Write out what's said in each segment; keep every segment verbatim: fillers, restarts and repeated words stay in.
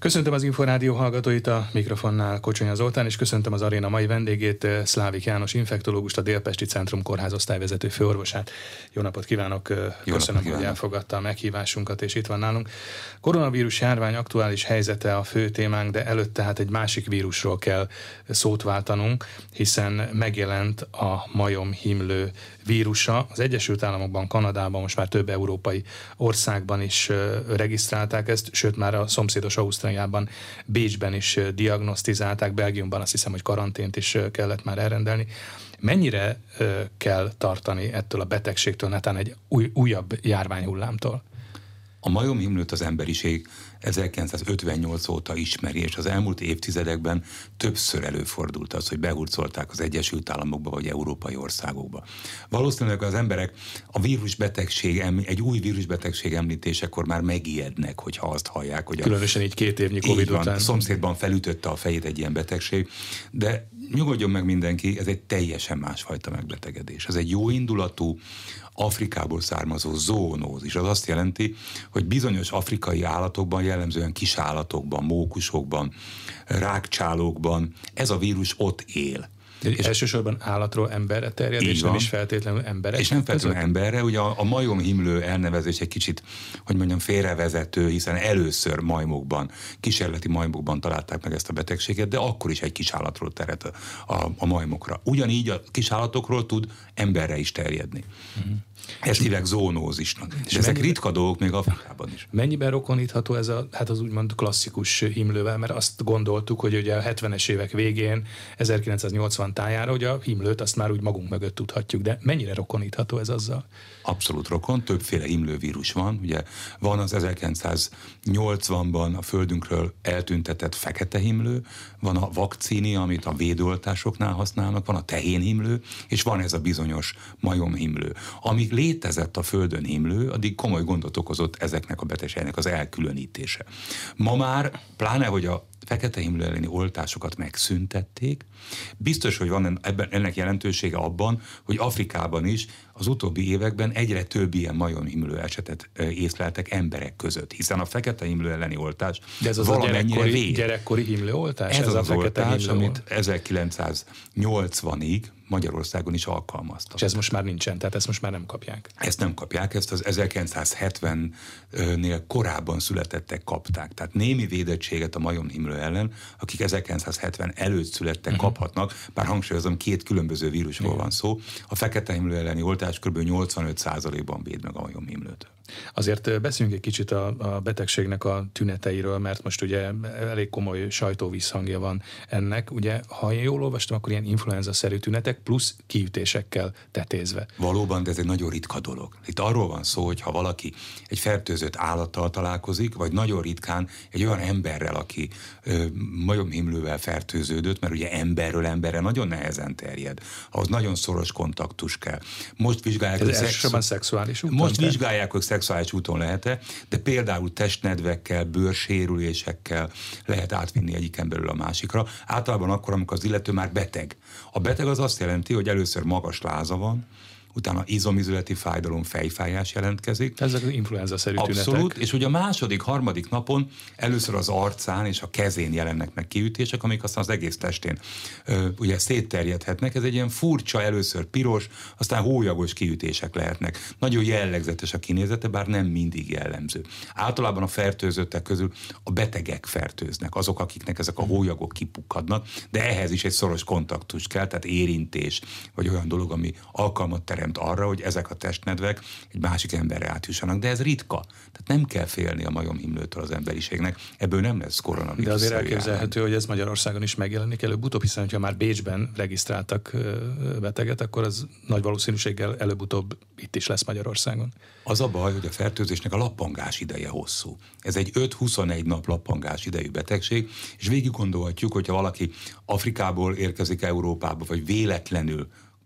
Köszöntöm az Inforádió hallgatóit, a mikrofonnál Kocsonya Zoltán, és köszöntöm az aréna mai vendégét, Szlávik János infektológust, a Délpesti Centrum Kórház osztályvezető főorvosát. Jó napot kívánok, Jó köszönöm, napot hogy elfogadta a meghívásunkat, és itt van nálunk. Koronavírus járvány aktuális helyzete a fő témánk, de előtte hát egy másik vírusról kell szót váltanunk, hiszen megjelent a majomhimlő vírusa. Az Egyesült Államokban, Kanadában, most már több európai országban is regisztrálták ezt, sőt már a szomszédos Ausztráliában, Bécsben is diagnosztizálták, Belgiumban azt hiszem, hogy karantént is kellett már elrendelni. Mennyire kell tartani ettől a betegségtől, netán egy új, újabb járványhullámtól? A majomhimlőt az emberiség ezerkilencszázötvennyolc óta ismeri, és az elmúlt évtizedekben többször előfordult az, hogy behurcolták az Egyesült Államokba vagy európai országokba. Valószínűleg az emberek a vírusbetegség, egy új vírusbetegség említésekor már megijednek, hogyha azt hallják, hogy a, különösen így két évnyi Covid van, után. A szomszédban felütötte a fejét egy ilyen betegség, de nyugodjon meg mindenki, ez egy teljesen másfajta megbetegedés. Ez egy jó indulatú, Afrikából származó zoonózis. Az azt jelenti, hogy bizonyos afrikai állatokban, jellemzően kisállatokban, mókusokban, rákcsálókban ez a vírus ott él. És elsősorban állatról emberre terjed, és van. Nem is feltétlenül emberre. És nem feltétlenül emberre, ugye a, a majomhimlő elnevezés egy kicsit, hogy mondjam, félrevezető, hiszen először majmokban, kísérleti majmokban találták meg ezt a betegséget, de akkor is egy kisállatról terjed a, a, a majmokra. Ugyanígy a kisállatokról tud emberre is terjedni. Uh-huh. Ezt hívják zoonózisnak. És ezek mennyiben, ritka dolgok még Afrikában is. Mennyiben rokonítható ez a, hát az úgymond klasszikus himlővel, mert azt gondoltuk, hogy ugye a hetvenes évek végén, ezerkilencszáznyolcvan tájára, hogy a himlőt azt már úgy magunk mögött tudhatjuk, de mennyire rokonítható ez azzal? Abszolút rokon, többféle himlővírus van. Ugye van az ezerkilencszáznyolcvanban a földünkről eltüntetett fekete himlő, van a vakcínia, amit a védőoltásoknál használnak, van a tehénhimlő, és van ez a bizonyos majomhimlő. Amíg létezett a földön himlő, addig komoly gondot okozott ezeknek a betegségeknek az elkülönítése. Ma már, pláne, hogy a fekete himlő elleni oltásokat megszüntették. Biztos, hogy van ebben, ennek jelentősége abban, hogy Afrikában is az utóbbi években egyre több ilyen majomhimlő esetet észleltek emberek között, hiszen a fekete himlő elleni oltás de ez az valamennyire a gyerekkori, véd. gyerekkori himlőoltás? Ez, ez az, az a oltás, amit ezerkilencszáznyolcvanig Magyarországon is alkalmaztak. És ez most már nincsen, tehát ezt most már nem kapják? Ezt nem kapják, ezt az ezerkilencszázhetvennél korábban születettek kapták. Tehát némi védettséget a majomhimlő ellen, akik ezerkilencszázhetven előtt születtek, uh-huh. kaphatnak, bár hangsúlyozom, két különböző vírusról uh-huh. van szó. A fekete himlő elleni oltás kb. nyolcvanöt százalékban véd meg a majomhimlőtől. Azért beszéljünk egy kicsit a, a betegségnek a tüneteiről, mert most ugye elég komoly sajtóvízhangja van ennek. Ugye, ha én jól olvastam, akkor ilyen influenza-szerű tünetek plusz kiütésekkel tetézve. Valóban, de ez egy nagyon ritka dolog. Itt arról van szó, hogy ha valaki egy fertőzött állattal találkozik, vagy nagyon ritkán egy olyan emberrel, aki ö, majomhimlővel fertőződött, mert ugye emberről emberre nagyon nehezen terjed. Ahhoz nagyon szoros kontaktus kell. Most vizsgálják, ez elsősorban szexuális úton? Most vizsgálják, hogy szexuális úton lehet-e, de például testnedvekkel, bőrsérülésekkel lehet átvinni egyik emberről a másikra. Általában akkor, amikor az illető már beteg. A beteg az azt jelenti, hogy először magas láza van, utána izomizületi fájdalom, fejfájás jelentkezik. Ezek az influenza-szerű tünetek. Abszolút, és ugye a második, harmadik napon először az arcán és a kezén jelennek meg kiütések, amik aztán az egész testén ö, ugye szétterjedhetnek. Ez egy ilyen furcsa, először piros, aztán hólyagos kiütések lehetnek. Nagyon jellegzetes a kinézete, bár nem mindig jellemző. Általában a fertőzöttek közül a betegek fertőznek, azok, akiknek ezek a hólyagok kipukkadnak, de ehhez is egy szoros kontaktus kell, tehát érintés, vagy olyan dolog, ami alkalmat teremt arra, hogy ezek a testnedvek egy másik emberre átjussanak, de ez ritka. Tehát nem kell félni a majomhimlőtől az emberiségnek, ebből nem lesz koronavírus. De azért elképzelhető, hogy ez Magyarországon is megjelenik előbb-utóbb, hiszen ha már Bécsben regisztráltak beteget, akkor az nagy valószínűséggel előbb-utóbb itt is lesz Magyarországon. Az a baj, hogy a fertőzésnek a lappangás ideje hosszú. Ez egy öt-huszonegy nap lappangás idejű betegség, és végig gondolhatjuk, hogyha valaki Afrikából érkezik Európába, vagy véletlenül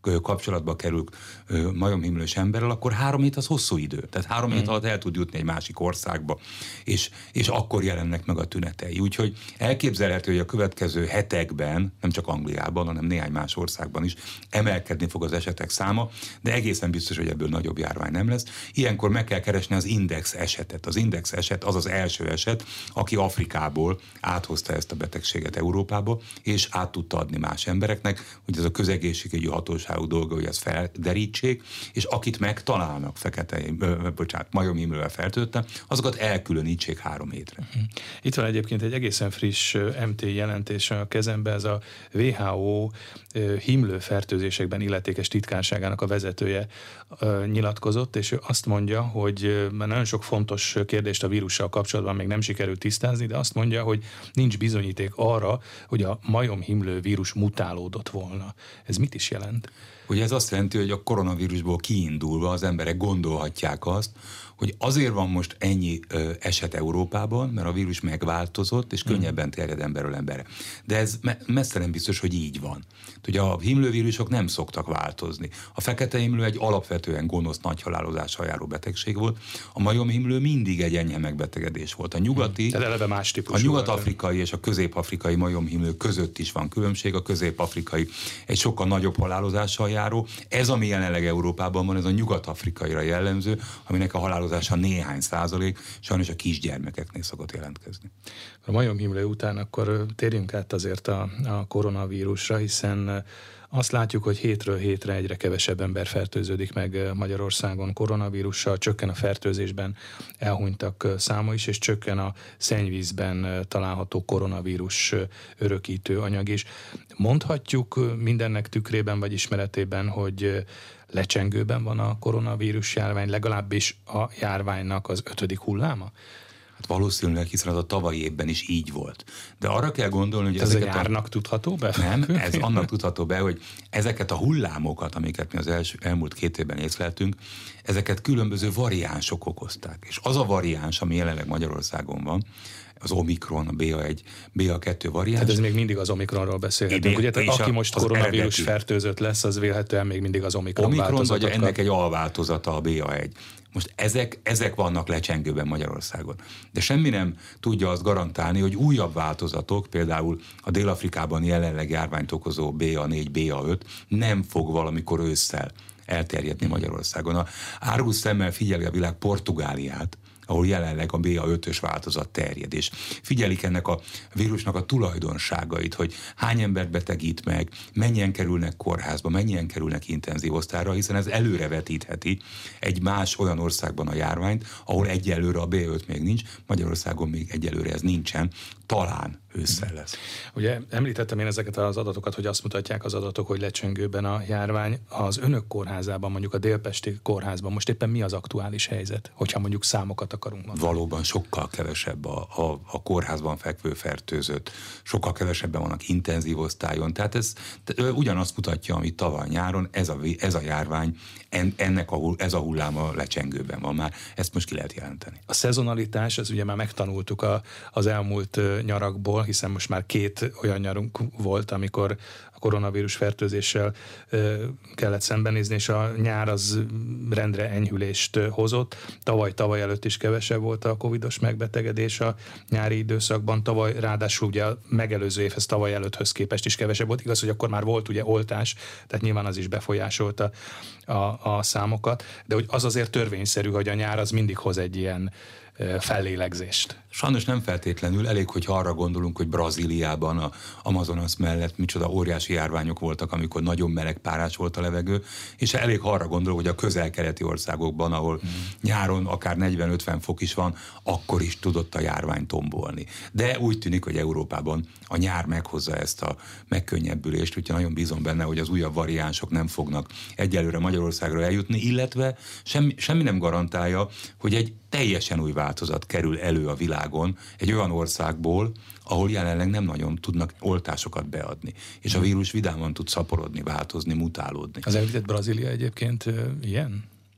kapcsolatba kerül majomhimlős emberrel, akkor három hét az hosszú idő. Tehát három hét alatt el tud jutni egy másik országba, és, és akkor jelennek meg a tünetei. Úgyhogy elképzelhető, hogy a következő hetekben, nem csak Angliában, hanem néhány más országban is emelkedni fog az esetek száma, de egészen biztos, hogy ebből nagyobb járvány nem lesz. Ilyenkor meg kell keresni az index esetet. Az index eset az az első eset, aki Afrikából áthozta ezt a betegséget Európába, és át tudta adni más embereknek, hogy ez a közegészségügyi hatóságú dolga, hogy ezt felderítsék, és akit megtalálnak fekete, ö, bocsánat, majomhimlővel fertőzötten, azokat elkülönítsék három hétre. Itt van egyébként egy egészen friss em té jelentés a kezembe, ez a vé há ó himlőfertőzésekben illetékes titkárságának a vezetője nyilatkozott, és ő azt mondja, hogy nagyon sok fontos kérdést a vírussal kapcsolatban még nem sikerült tisztázni, de azt mondja, hogy nincs bizonyíték arra, hogy a majomhimlő vírus mutálódott volna. Ez mit is jelent? Ugye ez azt jelenti, hogy a koronavírusból kiindulva az emberek gondolhatják azt, hogy azért van most ennyi ö, eset Európában, mert a vírus megváltozott, és könnyebben terjed emberről emberre. De ez me- messze nem biztos, hogy így van. Ugye a himlővírusok nem szoktak változni. A fekete himlő egy alapvetően gonosz, nagy halálozással járó betegség volt. A majomhimlő mindig egy enyhe megbetegedés volt. A nyugati, hmm. eleve más típusú a nyugat-afrikai és a közép-afrikai majomhimlő között is van különbség. A közép-afrikai egy sokkal nagyobb halálozással járó. Ez, ami jelenleg Európában van, ez a nyugat-afrikaira jellemző, aminek a halálozása néhány százalék, sajnos a kisgyermekeknél szokott jelentkezni. A majomhimlő után akkor térjünk át azért a, a koronavírusra, hiszen azt látjuk, hogy hétről hétre egyre kevesebb ember fertőződik meg Magyarországon koronavírussal, csökken a fertőzésben elhunytak száma is, és csökken a szennyvízben található koronavírus örökítő anyag is. Mondhatjuk mindennek tükrében vagy ismeretében, hogy lecsengőben van a koronavírus járvány, legalábbis a járványnak az ötödik hulláma? Hát valószínűleg, hiszen az a tavalyi évben is így volt. De arra kell gondolni, hogy ez ezeket a nyárnak a... tudható be? Nem, ez annak tudható be, hogy ezeket a hullámokat, amiket mi az első, elmúlt két évben észleltünk, ezeket különböző variánsok okozták. És az a variáns, ami jelenleg Magyarországon van, az Omikron, a bé á egy, bé á kettő variáns. Tehát ez még mindig az Omikronról beszélhetünk. Ugye, tehát aki most koronavírus eredeti fertőzött lesz, az vélhetően még mindig az Omikron, Omikron változatokkal. vagy ennek egy alváltozata a bé á egy. Most ezek, ezek vannak lecsengőben Magyarországon. De semmi nem tudja azt garantálni, hogy újabb változatok, például a Dél-Afrikában jelenleg járványt okozó bé á négy, bé á öt nem fog valamikor ősszel elterjedni Magyarországon. A árgus szemmel figyeli a világ Portugáliát, ahol jelenleg a bé á ötös változat terjed, és figyelik ennek a vírusnak a tulajdonságait, hogy hány embert betegít meg, mennyien kerülnek kórházba, mennyien kerülnek intenzív osztályra, hiszen ez előrevetítheti egy más olyan országban a járványt, ahol egyelőre a bé á öt még nincs, Magyarországon még egyelőre ez nincsen, talán ősszel lesz. Ugye említettem én ezeket az adatokat, hogy azt mutatják az adatok, hogy lecsengőben a járvány. Az önök kórházában, mondjuk a Délpesti kórházban most éppen mi az aktuális helyzet, hogyha mondjuk számokat akarunk mondani? Valóban sokkal kevesebb a, a, a kórházban fekvő fertőzött, sokkal kevesebben vannak intenzív osztályon, tehát ez ugyanazt mutatja, amit tavaly nyáron, ez a, ez a járvány, en, ennek a, ez a hullám a lecsengőben van már, ezt most ki lehet jelenteni. A szezonalitás, ez ugye már megtanultuk a, az elmúlt nyarakból, hiszen most már két olyan nyarunk volt, amikor a koronavírus fertőzéssel ö, kellett szembenézni, és a nyár az rendre enyhülést hozott. Tavaly, tavaly előtt is kevesebb volt a covidos megbetegedés a nyári időszakban. Tavaly ráadásul ugye a megelőző évhez, tavaly előtthöz képest is kevesebb volt. Igaz, hogy akkor már volt ugye oltás, tehát nyilván az is befolyásolta a, a számokat, de hogy az azért törvényszerű, hogy a nyár az mindig hoz egy ilyen fellélegzést. Sajnos nem feltétlenül, elég, hogy arra gondolunk, hogy Brazíliában, a Amazonas mellett micsoda óriási járványok voltak, amikor nagyon meleg párás volt a levegő, és elég arra gondolunk, hogy a közel-keleti országokban, ahol hmm. nyáron akár negyven-ötven fok is van, akkor is tudott a járvány tombolni. De úgy tűnik, hogy Európában a nyár meghozza ezt a megkönnyebbülést, úgyhogy nagyon bízom benne, hogy az újabb variánsok nem fognak egyelőre Magyarországra eljutni, illetve semmi, semmi nem garantálja, hogy egy teljesen új változat kerül elő a világon egy olyan országból, ahol jelenleg nem nagyon tudnak oltásokat beadni. És a vírus vidáman tud szaporodni, változni, mutálódni. Az említett Brazília egyébként ilyen?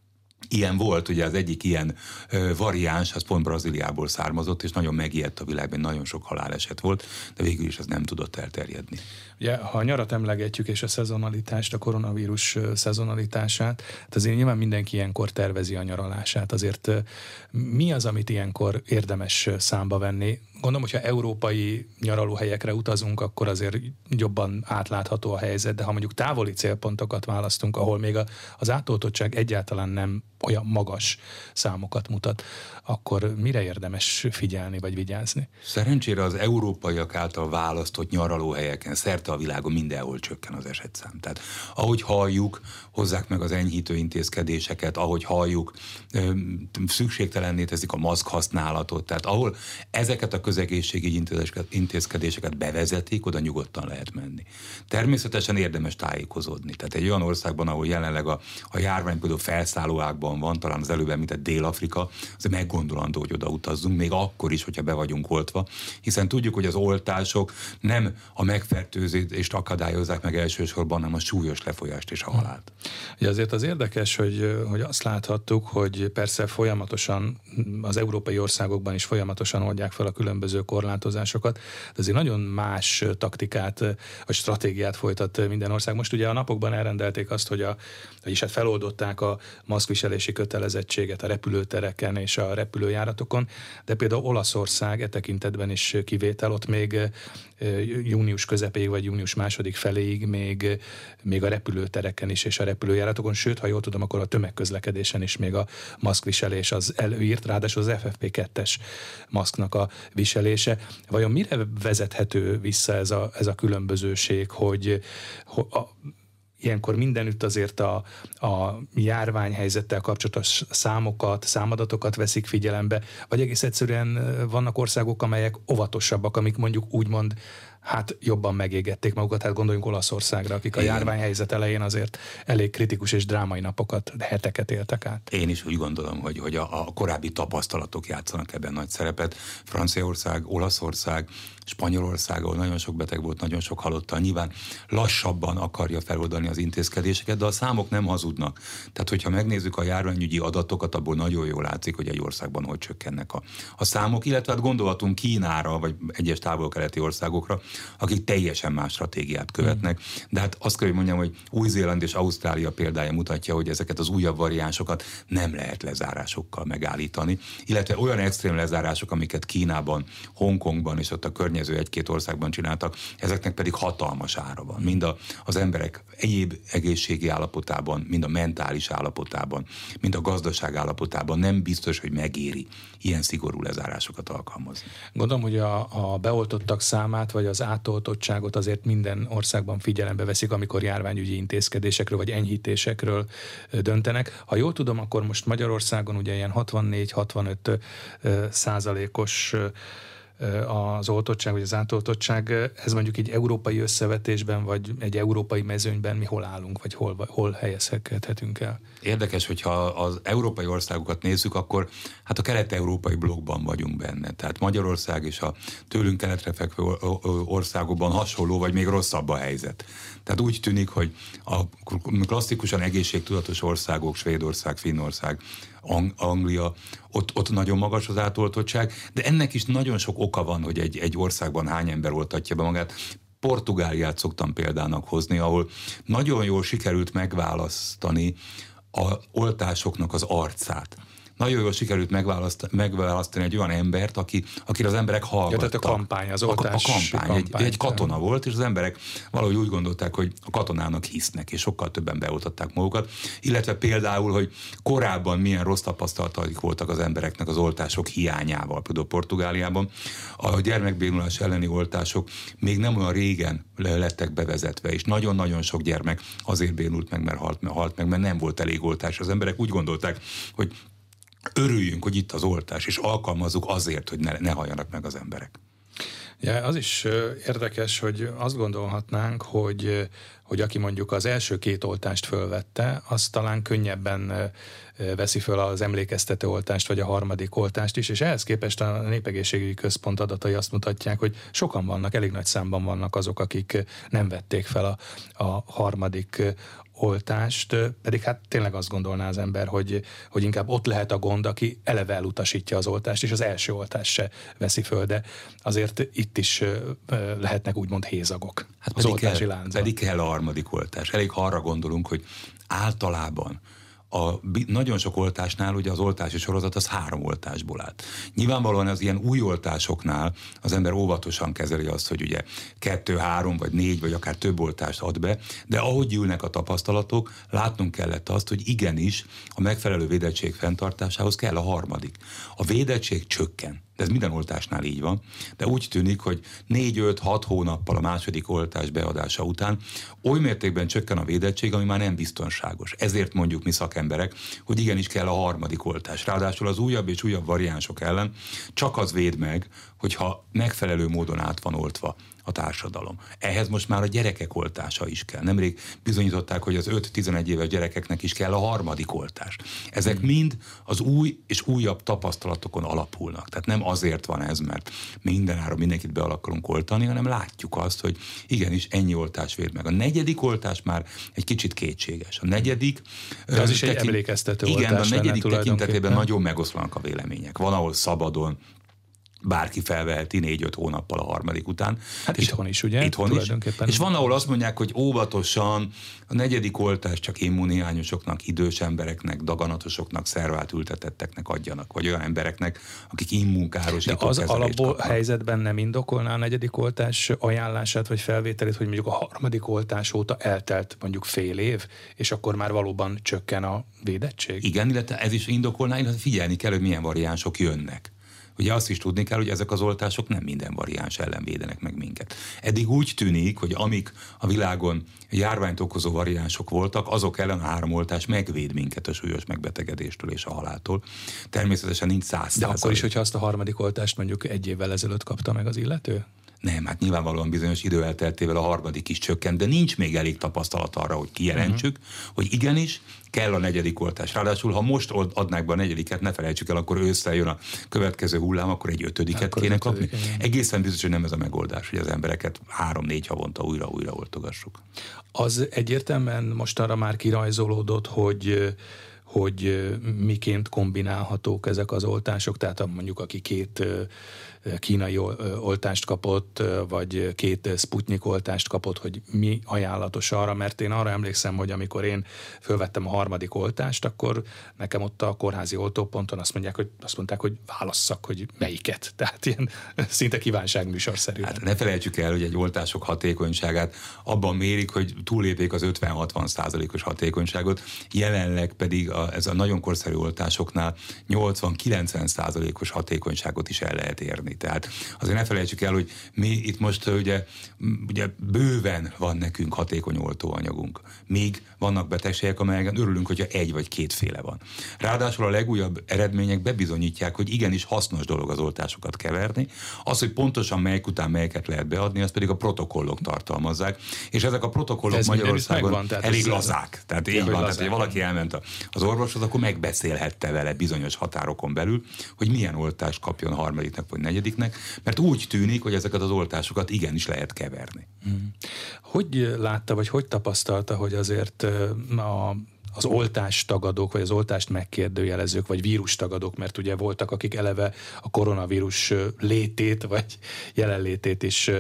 Ilyen volt, ugye az egyik ilyen ö, variáns, az pont Brazíliából származott, és nagyon megijedt a világban, nagyon sok haláleset volt, de végül is ez nem tudott elterjedni. Ugye, ha a nyarat emlegetjük, és a szezonalitást, a koronavírus szezonalitását, hát azért nyilván mindenki ilyenkor tervezi a nyaralását. Azért mi az, amit ilyenkor érdemes számba venni? Gondolom, hogyha európai nyaralóhelyekre utazunk, akkor azért jobban átlátható a helyzet, de ha mondjuk távoli célpontokat választunk, ahol még az átoltottság egyáltalán nem olyan magas számokat mutat, akkor mire érdemes figyelni vagy vigyázni? Szerencsére az európaiak által választott nyaralóhelyeken szerte a világon mindenhol csökken az esetszám. Tehát ahogy halljuk, hozzák meg az enyhítő intézkedéseket, ahogy halljuk, szükségtelenné teszik a maszk használatot. Tehát ahol ezeket a közegészségügyi intézkedéseket bevezetik, oda nyugodtan lehet menni. Természetesen érdemes tájékozódni. Tehát egy olyan országban, ahol jelenleg a, a járvány például felszállóákban van, talán az előbb említett Dél-Afrika, az meggondolandó, hogy oda utazzunk, még akkor is, hogyha be vagyunk oltva, hiszen tudjuk, hogy az oltások nem a megfertőzést akadályozzák meg elsősorban, hanem a súlyos lefolyást és a halált. Ja, azért az érdekes, hogy, hogy azt láthattuk, hogy persze folyamatosan az európai országokban is folyamatosan oldják fel a különböző korlátozásokat, de azért nagyon más taktikát vagy stratégiát folytat minden ország. Most ugye a napokban elrendelték azt, hogy a, vagyis hát feloldották a maszkviselési kötelezettséget a repülőtereken és a repülőjáratokon, de például Olaszország e tekintetben is kivétel, ott még június közepéig vagy június második feléig még, még a repülőtereken is és a repülőjáratokon, sőt, ha jól tudom, akkor a tömegközlekedésen is még a maszkviselés az előírt, ráadásul az ef ef pé kettes maszknak a viselése. Vajon mire vezethető vissza ez a, ez a különbözőség, hogy, hogy a, ilyenkor mindenütt azért a, a járványhelyzettel kapcsolatos számokat, számadatokat veszik figyelembe, vagy egész egyszerűen vannak országok, amelyek óvatosabbak, amik mondjuk úgymond hát jobban megégették magukat, hát gondoljunk Olaszországra, akik a járványhelyzet elején azért elég kritikus és drámai napokat, heteket éltek át. Én is úgy gondolom, hogy, hogy a, a korábbi tapasztalatok játszanak ebben nagy szerepet. Franciaország, Olaszország, Spanyolország, ahol nagyon sok beteg volt, nagyon sok halottal, nyilván lassabban akarja feloldani az intézkedéseket, de a számok nem hazudnak. Tehát, hogyha megnézzük a járványügyi adatokat, abból nagyon jól látszik, hogy egy országban hogy csökkennek a, a számok, illetve hát gondolhatunk Kínára, vagy egyes távol-keleti országokra, akik teljesen más stratégiát követnek. De hát azt kell, hogy mondjam, hogy Új-Zéland és Ausztrália példája mutatja, hogy ezeket az újabb variánsokat nem lehet lezárásokkal megállítani, illetve olyan extrém lezárások, amiket Kínában, Hongkongban és ott a környező egy-két országban csináltak, ezeknek pedig hatalmas ára van. Mind a, az emberek egyéb egészségi állapotában, mind a mentális állapotában, mind a gazdaság állapotában nem biztos, hogy megéri ilyen szigorú lezárásokat alkalmazni. Gondolom, hogy a, a beoltottak számát, vagy az átoltottságot azért minden országban figyelembe veszik, amikor járványügyi intézkedésekről vagy enyhítésekről döntenek. Ha jól tudom, akkor most Magyarországon ugye ilyen hatvannégy-hatvanöt százalékos az oltottság, vagy az átoltottság, ez mondjuk egy európai összevetésben, vagy egy európai mezőnyben mi hol állunk, vagy hol, hol helyezkedhetünk el? Érdekes, hogyha az európai országokat nézzük, akkor hát a kelet-európai blokkban vagyunk benne. Tehát Magyarország és a tőlünk keletre fekvő országokban hasonló, vagy még rosszabb a helyzet. Tehát úgy tűnik, hogy a klasszikusan egészségtudatos országok, Svédország, Finnország, Ang- Anglia, ott, ott nagyon magas az átoltottság, de ennek is nagyon sok oka van, hogy egy, egy országban hány ember oltatja be magát. Portugáliát szoktam példának hozni, ahol nagyon jól sikerült megválasztani a oltásoknak az arcát. Nagyon jól sikerült megválasztani egy olyan embert, aki, akire az emberek hallgattak. Ja, tehát a kampány, az oltás a, a kampány, kampány. Egy, egy katona volt, és az emberek valahogy úgy gondolták, hogy a katonának hisznek, és sokkal többen beoltották magukat. Illetve például, hogy korábban milyen rossz tapasztalataik voltak az embereknek az oltások hiányával. Például Portugáliában a gyermekbénulás elleni oltások még nem olyan régen lettek bevezetve, és nagyon-nagyon sok gyermek azért bénult meg, mert halt, halt meg, mert nem volt elég oltás. Az emberek úgy gondolták, hogy örüljünk, hogy itt az oltás, és alkalmazzuk azért, hogy ne, ne halljanak meg az emberek. Ja, az is érdekes, hogy azt gondolhatnánk, hogy, hogy aki mondjuk az első két oltást fölvette, az talán könnyebben veszi föl az emlékeztető oltást, vagy a harmadik oltást is, és ehhez képest a Népegészségügyi Központ adatai azt mutatják, hogy sokan vannak, elég nagy számban vannak azok, akik nem vették fel a, a harmadik oltást, pedig hát tényleg azt gondolná az ember, hogy, hogy inkább ott lehet a gond, aki eleve elutasítja az oltást, és az első oltást se veszi föl, de azért itt is lehetnek úgymond hézagok hát az oltási kell, láncban. Pedig kell a harmadik oltás. Elég, ha arra gondolunk, hogy általában a nagyon sok oltásnál ugye az oltási sorozat az három oltásból állt. Nyilvánvalóan az ilyen új oltásoknál az ember óvatosan kezeli azt, hogy ugye kettő, három, vagy négy, vagy akár több oltást ad be, de ahogy gyűlnek a tapasztalatok, látnunk kellett azt, hogy igenis a megfelelő védettség fenntartásához kell a harmadik. A védettség csökken. De ez minden oltásnál így van, de úgy tűnik, hogy négy-öt-hat hónappal a második oltás beadása után oly mértékben csökken a védettség, ami már nem biztonságos. Ezért mondjuk mi szakemberek, hogy igenis kell a harmadik oltás. Ráadásul az újabb és újabb variánsok ellen csak az véd meg, hogyha megfelelő módon át van oltva a társadalom. Ehhez most már a gyerekek oltása is kell. Nemrég bizonyították, hogy az öt-tizenegy éves gyerekeknek is kell a harmadik oltás. Ezek hmm. mind az új és újabb tapasztalatokon alapulnak. Tehát nem azért van ez, mert mindenáron mindenkit be akarunk oltani, hanem látjuk azt, hogy igenis ennyi oltás véd meg. A negyedik oltás már egy kicsit kétséges. A negyedik... De az is egy emlékeztető oltás. Igen, a negyedik tekintetében nagyon megoszlanak a vélemények. Van, ahol szabadon bárki felveheti négy-öt hónappal a harmadik után. Hát és itthon is, ugye? Itthon is. És van, ahol azt mondják, hogy óvatosan a negyedik oltás csak immunhiányosoknak, idős embereknek, daganatosoknak, szervát ültetetteknek adjanak, vagy olyan embereknek, akik immunkárosító kezelést kapnak. De az alapból helyzetben nem indokolná a negyedik oltás ajánlását, vagy felvételét, hogy mondjuk a harmadik oltás óta eltelt mondjuk fél év, és akkor már valóban csökken a védettség? Igen, illetve ez is indokolná, illetve figyelni kell, hogy milyen variánsok jönnek. Ugye azt is tudni kell, hogy ezek az oltások nem minden variáns ellen védenek meg minket. Eddig úgy tűnik, hogy amik a világon járványt okozó variánsok voltak, azok ellen a három oltás megvéd minket a súlyos megbetegedéstől és a haláltól. Természetesen nincs száz százalék. De akkor is, hogyha azt a harmadik oltást mondjuk egy évvel ezelőtt kapta meg az illető? Nem, hát nyilvánvalóan bizonyos idő elteltével a harmadik is csökkent, de nincs még elég tapasztalat arra, hogy kijelentsük, uh-huh. hogy igenis kell a negyedik oltás. Ráadásul, ha most adnák be a negyediket, ne felejtsük el, akkor ősszel jön a következő hullám, akkor egy ötödiket akkor kéne kapni. Ötödik, egészen biztos, hogy nem ez a megoldás, hogy az embereket három-négy havonta újra-újra oltogassuk. Az egyértelműen mostanra már kirajzolódott, hogy hogy miként kombinálhatók ezek az oltások, tehát mondjuk aki két kínai oltást kapott, vagy két Sputnik oltást kapott, hogy mi ajánlatos arra, mert én arra emlékszem, hogy amikor én fölvettem a harmadik oltást, akkor nekem ott a kórházi oltóponton azt mondják, hogy azt mondták, hogy válasszak, hogy melyiket. Tehát ilyen szinte kívánságműsorszerű. Hát ne felejtsük el, hogy egy oltások hatékonyságát abban mérik, hogy túllépjék az ötven-hatvan százalékos hatékonyságot, jelenleg pedig a, ez a nagyon korszerű oltásoknál nyolcvan-kilencven százalékos hatékonyságot is el lehet érni. Tehát azért ne felejtsük el, hogy mi itt most ugye, ugye bőven van nekünk hatékony oltóanyagunk. Míg vannak betegségek, amelyeken örülünk, hogyha egy vagy kétféle van. Ráadásul a legújabb eredmények bebizonyítják, hogy igenis hasznos dolog az oltásokat keverni. Az, hogy pontosan melyik után melyeket lehet beadni, az pedig a protokollok tartalmazzák. És ezek a protokollok ez Magyarországon megvan, elég lazák. Tehát így van, tehát, hogy valaki elment az orvoshoz, akkor megbeszélhette vele bizonyos határokon belül, hogy milyen oltást kapjon harmadiknak vagy negyediknek, mert úgy tűnik, hogy ezeket az oltásokat igenis lehet keverni. Hmm. Hogy látta, vagy hogy tapasztalta, hogy azért a az oltástagadók, vagy az oltást megkérdőjelezők, vagy vírustagadók, mert ugye voltak, akik eleve a koronavírus létét, vagy jelenlétét is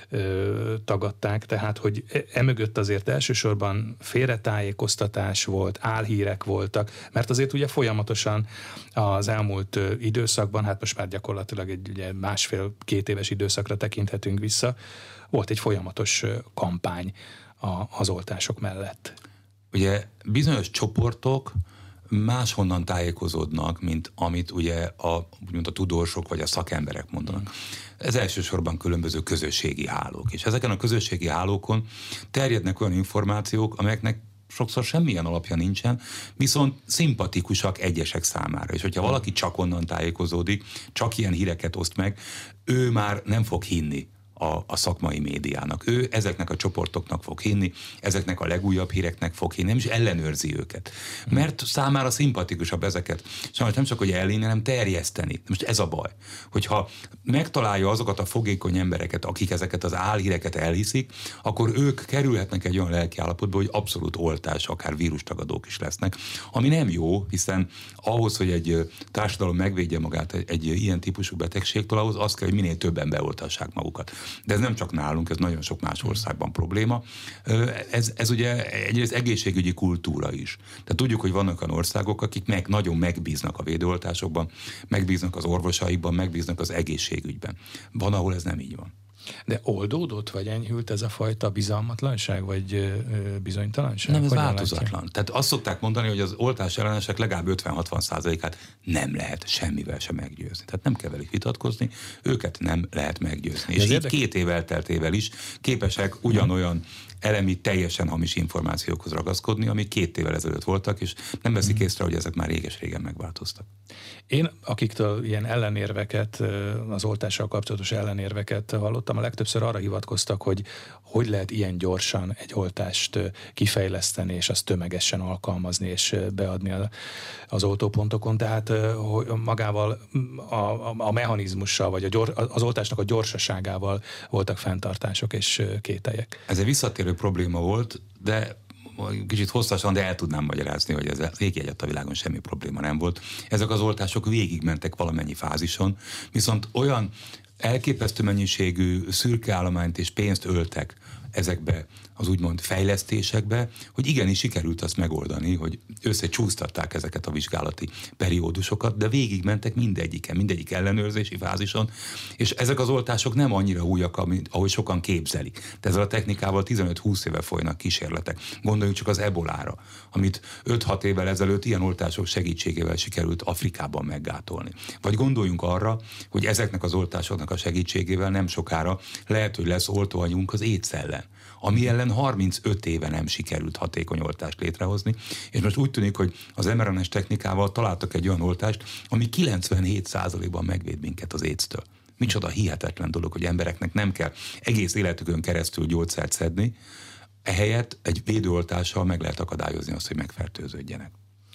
ö, tagadták, tehát, hogy emögött azért elsősorban félretájékoztatás volt, álhírek voltak, mert azért ugye folyamatosan az elmúlt időszakban, hát most már gyakorlatilag egy ugye másfél-két éves időszakra tekinthetünk vissza, volt egy folyamatos kampány az oltások mellett. Ugye bizonyos csoportok máshonnan tájékozódnak, mint amit ugye a, úgymond a tudósok vagy a szakemberek mondanak. Ez elsősorban különböző közösségi hálók. És ezeken a közösségi hálókon terjednek olyan információk, amelyeknek sokszor semmilyen alapja nincsen, viszont szimpatikusak egyesek számára. És hogyha valaki csak onnan tájékozódik, csak ilyen híreket oszt meg, ő már nem fog hinni a, a szakmai médiának. Ő ezeknek a csoportoknak fog hinni, ezeknek a legújabb híreknek fog hinni, nem is ellenőrzi őket. Mert számára szimpatikusabb ezeket. Sajnos nem csak, hogy elhinni, hanem terjeszteni. Most ez a baj. Hogyha megtalálja azokat a fogékony embereket, akik ezeket az álhíreket elhiszik, akkor ők kerülhetnek egy olyan lelkiállapotba, hogy abszolút oltás, akár vírustagadók is lesznek, ami nem jó, hiszen ahhoz, hogy egy társadalom megvédje magát egy, egy ilyen típusú betegségtől, ahhoz az kell, hogy minél többen beoltassák magukat. De ez nem csak nálunk, ez nagyon sok más országban probléma. Ez, ez ugye egyrészt egészségügyi kultúra is. Tehát tudjuk, hogy vannak olyan országok, akik meg, nagyon megbíznak a védőoltásokban, megbíznak az orvosaikban, megbíznak az egészségügyben. Van, ahol ez nem így van. De oldódott, vagy enyhült ez a fajta bizalmatlanság, vagy bizonytalanság? Nem, ez hogyan változatlan. Látja? Tehát azt szokták mondani, hogy az oltás ellenesek legalább ötven-hatvan százalékát nem lehet semmivel sem meggyőzni. Tehát nem kell velük vitatkozni, őket nem lehet meggyőzni. De és így érdek... két év elteltével is képesek ugyanolyan elemi, teljesen hamis információkhoz ragaszkodni, amik két évvel ezelőtt voltak, és nem veszik mm. észre, hogy ezek már réges-régen megváltoztak. Én, akiktől ilyen ellenérveket, az oltással kapcsolatos ellenérveket hallottam, a legtöbbször arra hivatkoztak, hogy hogy lehet ilyen gyorsan egy oltást kifejleszteni, és azt tömegesen alkalmazni, és beadni az oltópontokon. Tehát magával a, a, a mechanizmussal, vagy a gyors, az oltásnak a gyorsaságával voltak fenntartások és kételyek. Ez egy visszatérő probléma volt, de kicsit hosszasan, de el tudnám magyarázni, hogy ez végig egyet a világon semmi probléma nem volt. Ezek az oltások végigmentek valamennyi fázison, viszont olyan elképesztő mennyiségű szürke állományt és pénzt öltek ezekbe az úgymond fejlesztésekbe, hogy igenis sikerült azt megoldani, hogy összecsúsztatták ezeket a vizsgálati periódusokat, de végigmentek mindegyiken, mindegyik ellenőrzési fázison, és ezek az oltások nem annyira újak, mint ahogy sokan képzelik. Tehát ezzel a technikával tizenöt-húsz éve folynak kísérletek. Gondoljunk csak az ebolára, amit öt-hat évvel ezelőtt ilyen oltások segítségével sikerült Afrikában meggátolni. Vagy gondoljunk arra, hogy ezeknek az oltásoknak a segítségével nem sokára lehet, hogy lesz oltóanyagunk az AIDS ellen, ami ellen harmincöt éve nem sikerült hatékony oltást létrehozni, és most úgy tűnik, hogy az em er en es technikával találtak egy olyan oltást, ami kilencvenhét százalékban megvéd minket az AIDS-től. Micsoda hihetetlen dolog, hogy embereknek nem kell egész életükön keresztül gyógyszert szedni, ehelyett egy védőoltással meg lehet akadályozni azt, hogy megfertőződjenek.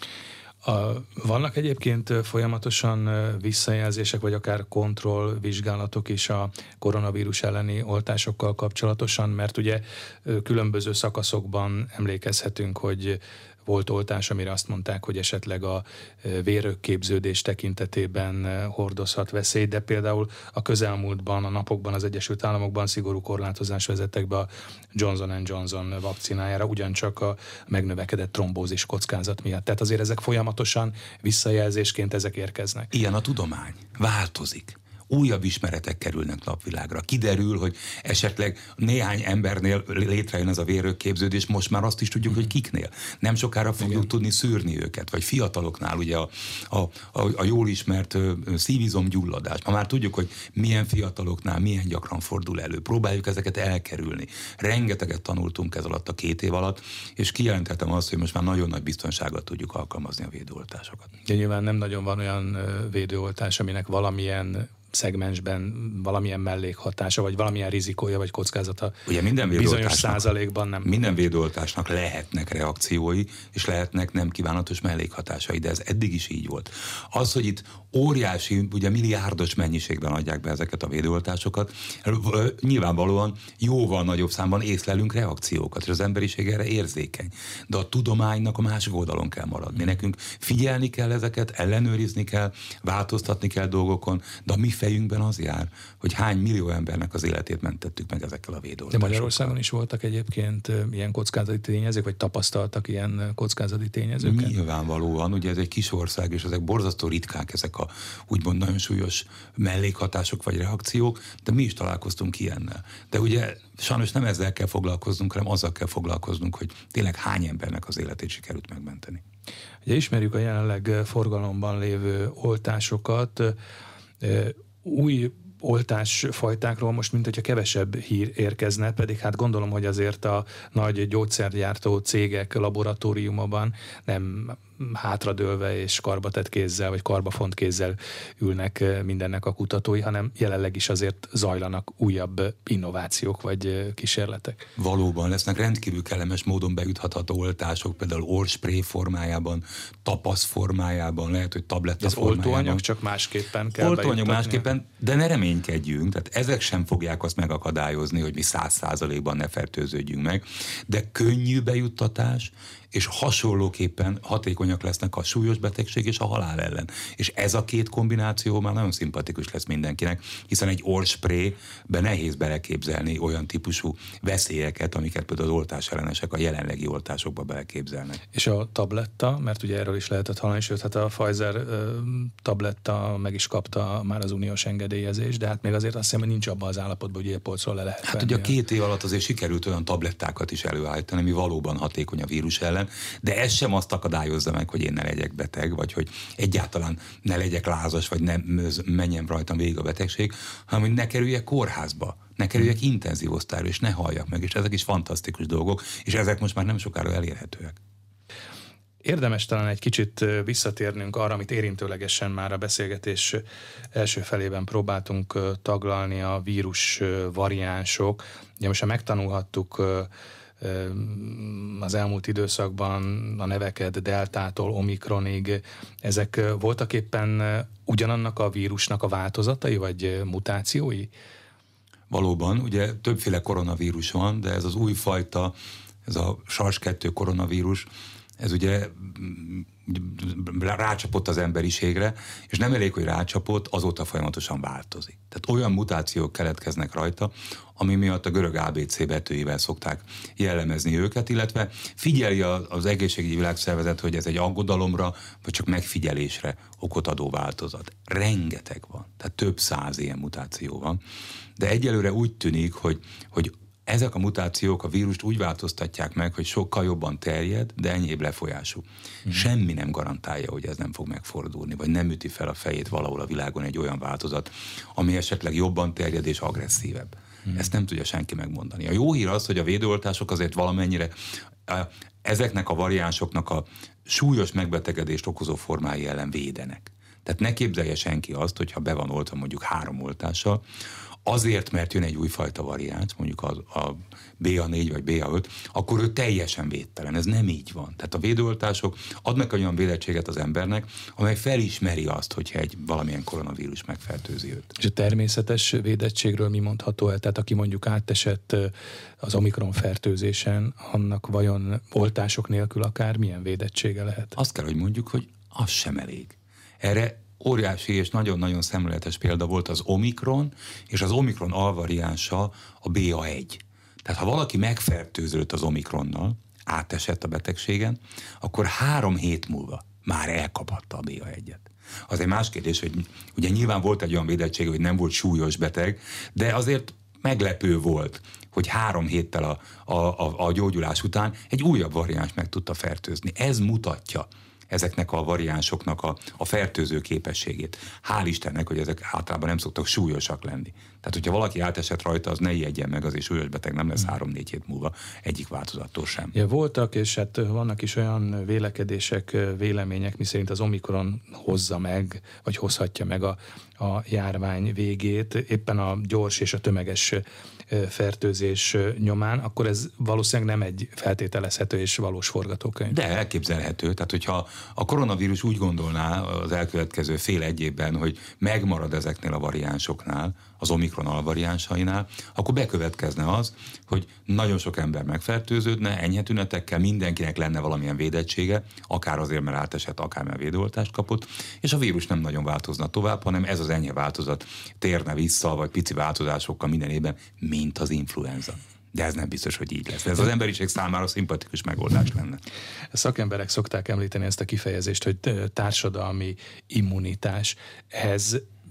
A, vannak egyébként folyamatosan visszajelzések, vagy akár kontrollvizsgálatok is a koronavírus elleni oltásokkal kapcsolatosan, mert ugye különböző szakaszokban emlékezhetünk, hogy volt oltás, amire azt mondták, hogy esetleg a vérökképződés tekintetében hordozhat veszélyt, de például a közelmúltban, a napokban az Egyesült Államokban szigorú korlátozás vezettek be a Johnson and Johnson vakcinájára, ugyancsak a megnövekedett trombózis kockázat miatt. Tehát azért ezek folyamatosan visszajelzésként ezek érkeznek. Ilyen a tudomány. Változik. Újabb ismeretek kerülnek napvilágra. Kiderül, hogy esetleg néhány embernél létrejön ez a vérökképződés, most már azt is tudjuk, mm. hogy kiknél. Nem sokára fogjuk Igen. tudni szűrni őket, vagy fiataloknál ugye a, a, a, a jól ismert szívizomgyulladás. Ma már tudjuk, hogy milyen fiataloknál, milyen gyakran fordul elő. Próbáljuk ezeket elkerülni. Rengeteget tanultunk ez alatt a két év alatt, és kijelenthetem azt, hogy most már nagyon nagy biztonsággal tudjuk alkalmazni a védőoltásokat. De nyilván nem nagyon van olyan védőoltás, aminek valamilyen szegmensben valamilyen mellékhatása, vagy valamilyen rizikója, vagy kockázata ugye minden bizonyos százalékban nem. Minden védőoltásnak lehetnek reakciói, és lehetnek nem kívánatos mellékhatásai, de ez eddig is így volt. Az, hogy itt óriási, ugye milliárdos mennyiségben adják be ezeket a védőoltásokat, nyilvánvalóan jóval nagyobb számban észlelünk reakciókat, és az emberiség erre érzékeny. De a tudománynak a másik oldalon kell maradni. Nekünk figyelni kell ezeket, ellenőrizni kell, változtatni kell dolgokon, de a mi fejünkben az jár, hogy hány millió embernek az életét mentettük meg ezekkel a védőoltásokkal. De Magyarországon is voltak egyébként ilyen kockázati tényezők, vagy tapasztaltak ilyen kockázati tényezőket? Nyilvánvalóan, ugye ez egy kis ország, és ezek borzasztó ritkák, ezek a úgymond nagyon súlyos mellékhatások vagy reakciók, de mi is találkoztunk ilyennel. De ugye sajnos nem ezzel kell foglalkoznunk, hanem azzal kell foglalkoznunk, hogy tényleg hány embernek az életét sikerült megmenteni. Ugye ismerjük a jelenleg forgalomban lévő oltásokat, új oltásfajtákról most, mint hogyha kevesebb hír érkezne, pedig hát gondolom, hogy azért a nagy gyógyszergyártó cégek laboratóriumában nem hátradőlve és karbatett kézzel, vagy karbafont kézzel ülnek mindennek a kutatói, hanem jelenleg is azért zajlanak újabb innovációk vagy kísérletek. Valóban lesznek rendkívül kellemes módon bejutható oltások, például orrspray formájában, tapasz formájában, lehet, hogy tabletta ez formájában. Az oltóanyag csak másképpen kell Oltóanyag másképpen, de ne reménykedjünk, tehát ezek sem fogják azt megakadályozni, hogy mi száz százalékban ne fertőződjünk meg, de könnyű bejuttatás, és hasonlóképpen hatékonyak lesznek a súlyos betegség és a halál ellen. És ez a két kombináció már nagyon szimpatikus lesz mindenkinek, hiszen egy orrsprébe nehéz beleképzelni olyan típusú veszélyeket, amiket például az oltás ellenesek a jelenlegi oltásokba beleképzelnek. És a tabletta, mert ugye erről is lehetett hallani, sőt, hát a Pfizer ö, tabletta meg is kapta már az uniós engedélyezést, de hát még azért azt hiszem, hogy nincs abban az állapotban, hogy polcról le lehet Hát venni. ugye a két év alatt azért sikerült olyan tablettákat is előállítani, ami valóban hatékony a vírus ellen, de ez sem azt akadályozza meg, hogy én ne legyek beteg, vagy hogy egyáltalán ne legyek lázas, vagy ne menjen rajtam végig a betegség, hanem hogy ne kerüljek kórházba, ne kerüljek intenzív osztályra, és ne halljak meg, és ezek is fantasztikus dolgok, és ezek most már nem sokára elérhetőek. Érdemes talán egy kicsit visszatérnünk arra, amit érintőlegesen már a beszélgetés első felében próbáltunk taglalni, a vírus variánsok. Ugye most már megtanulhattuk az elmúlt időszakban a neveket deltától omikronig. Ezek voltak éppen ugyanannak a vírusnak a változatai, vagy mutációi? Valóban, ugye többféle koronavírus van, de ez az új fajta, ez a SARS kettő koronavírus, ez ugye rácsapott az emberiségre, és nem elég, hogy rácsapott, azóta folyamatosan változik. Tehát olyan mutációk keletkeznek rajta, ami miatt a görög á bé cé betűivel szokták jellemezni őket, illetve figyeli az egészségügyi világszervezet, hogy ez egy aggodalomra, vagy csak megfigyelésre okot adó változat. Rengeteg van, tehát több száz ilyen mutáció van, de egyelőre úgy tűnik, hogy, hogy ezek a mutációk a vírust úgy változtatják meg, hogy sokkal jobban terjed, de enyhébb lefolyású. Mm. Semmi nem garantálja, hogy ez nem fog megfordulni, vagy nem üti fel a fejét valahol a világon egy olyan változat, ami esetleg jobban terjed és agresszívebb. Mm. Ezt nem tudja senki megmondani. A jó hír az, hogy a védőoltások azért valamennyire ezeknek a variánsoknak a súlyos megbetegedést okozó formái ellen védenek. Tehát ne képzelje senki azt, hogyha be van oltva mondjuk három oltással, azért, mert jön egy újfajta variáns, mondjuk a, a bé á négy vagy bé á öt, akkor ő teljesen védtelen. Ez nem így van. Tehát a védőoltások adnak olyan védettséget az embernek, amely felismeri azt, hogyha egy valamilyen koronavírus megfertőzi őt. És a természetes védettségről mi mondható el? Tehát aki mondjuk átesett az omikron fertőzésen, annak vajon oltások nélkül akár milyen védettsége lehet? Azt kell, hogy mondjuk, hogy az sem elég. Erre óriási és nagyon-nagyon szemléletes példa volt az omikron, és az omikron alvariánsa a bé á egy. Tehát ha valaki megfertőződött az omikronnal, átesett a betegségen, akkor három hét múlva már elkaphatta a bé á egyet. Az egy más kérdés, hogy ugye nyilván volt egy olyan védettség, hogy nem volt súlyos beteg, de azért meglepő volt, hogy három héttel a, a, a, a gyógyulás után egy újabb variáns meg tudta fertőzni. Ez mutatja ezeknek a variánsoknak a, a fertőző képességét. Hál' Istennek, hogy ezek általában nem szoktak súlyosak lenni. Tehát, hogyha valaki átesett rajta, az ne ijedjen meg, azért súlyos beteg nem lesz három-négy hét múlva egyik változattól sem. Ja, voltak, és hát vannak is olyan vélekedések, vélemények, miszerint az omikron hozza meg, vagy hozhatja meg a, a járvány végét, éppen a gyors és a tömeges fertőzés nyomán, akkor ez valószínűleg nem egy feltételezhető és valós forgatókönyv. De elképzelhető. Tehát, hogyha a koronavírus úgy gondolná az elkövetkező fél egy évben, hogy megmarad ezeknél a variánsoknál, az omikron alvariánsainál, akkor bekövetkezne az, hogy nagyon sok ember megfertőződne, enyhe tünetekkel, mindenkinek lenne valamilyen védettsége, akár azért, mert átesett, akár mert védőoltást kapott, és a vírus nem nagyon változna tovább, hanem ez az enyhe változat térne vissza, vagy pici változásokkal minden évben, mint az influenza. De ez nem biztos, hogy így lesz. Ez az emberiség számára szimpatikus megoldás lenne. A szakemberek szokták említeni ezt a kifejezést, hogy társadalmi immunitás. Ez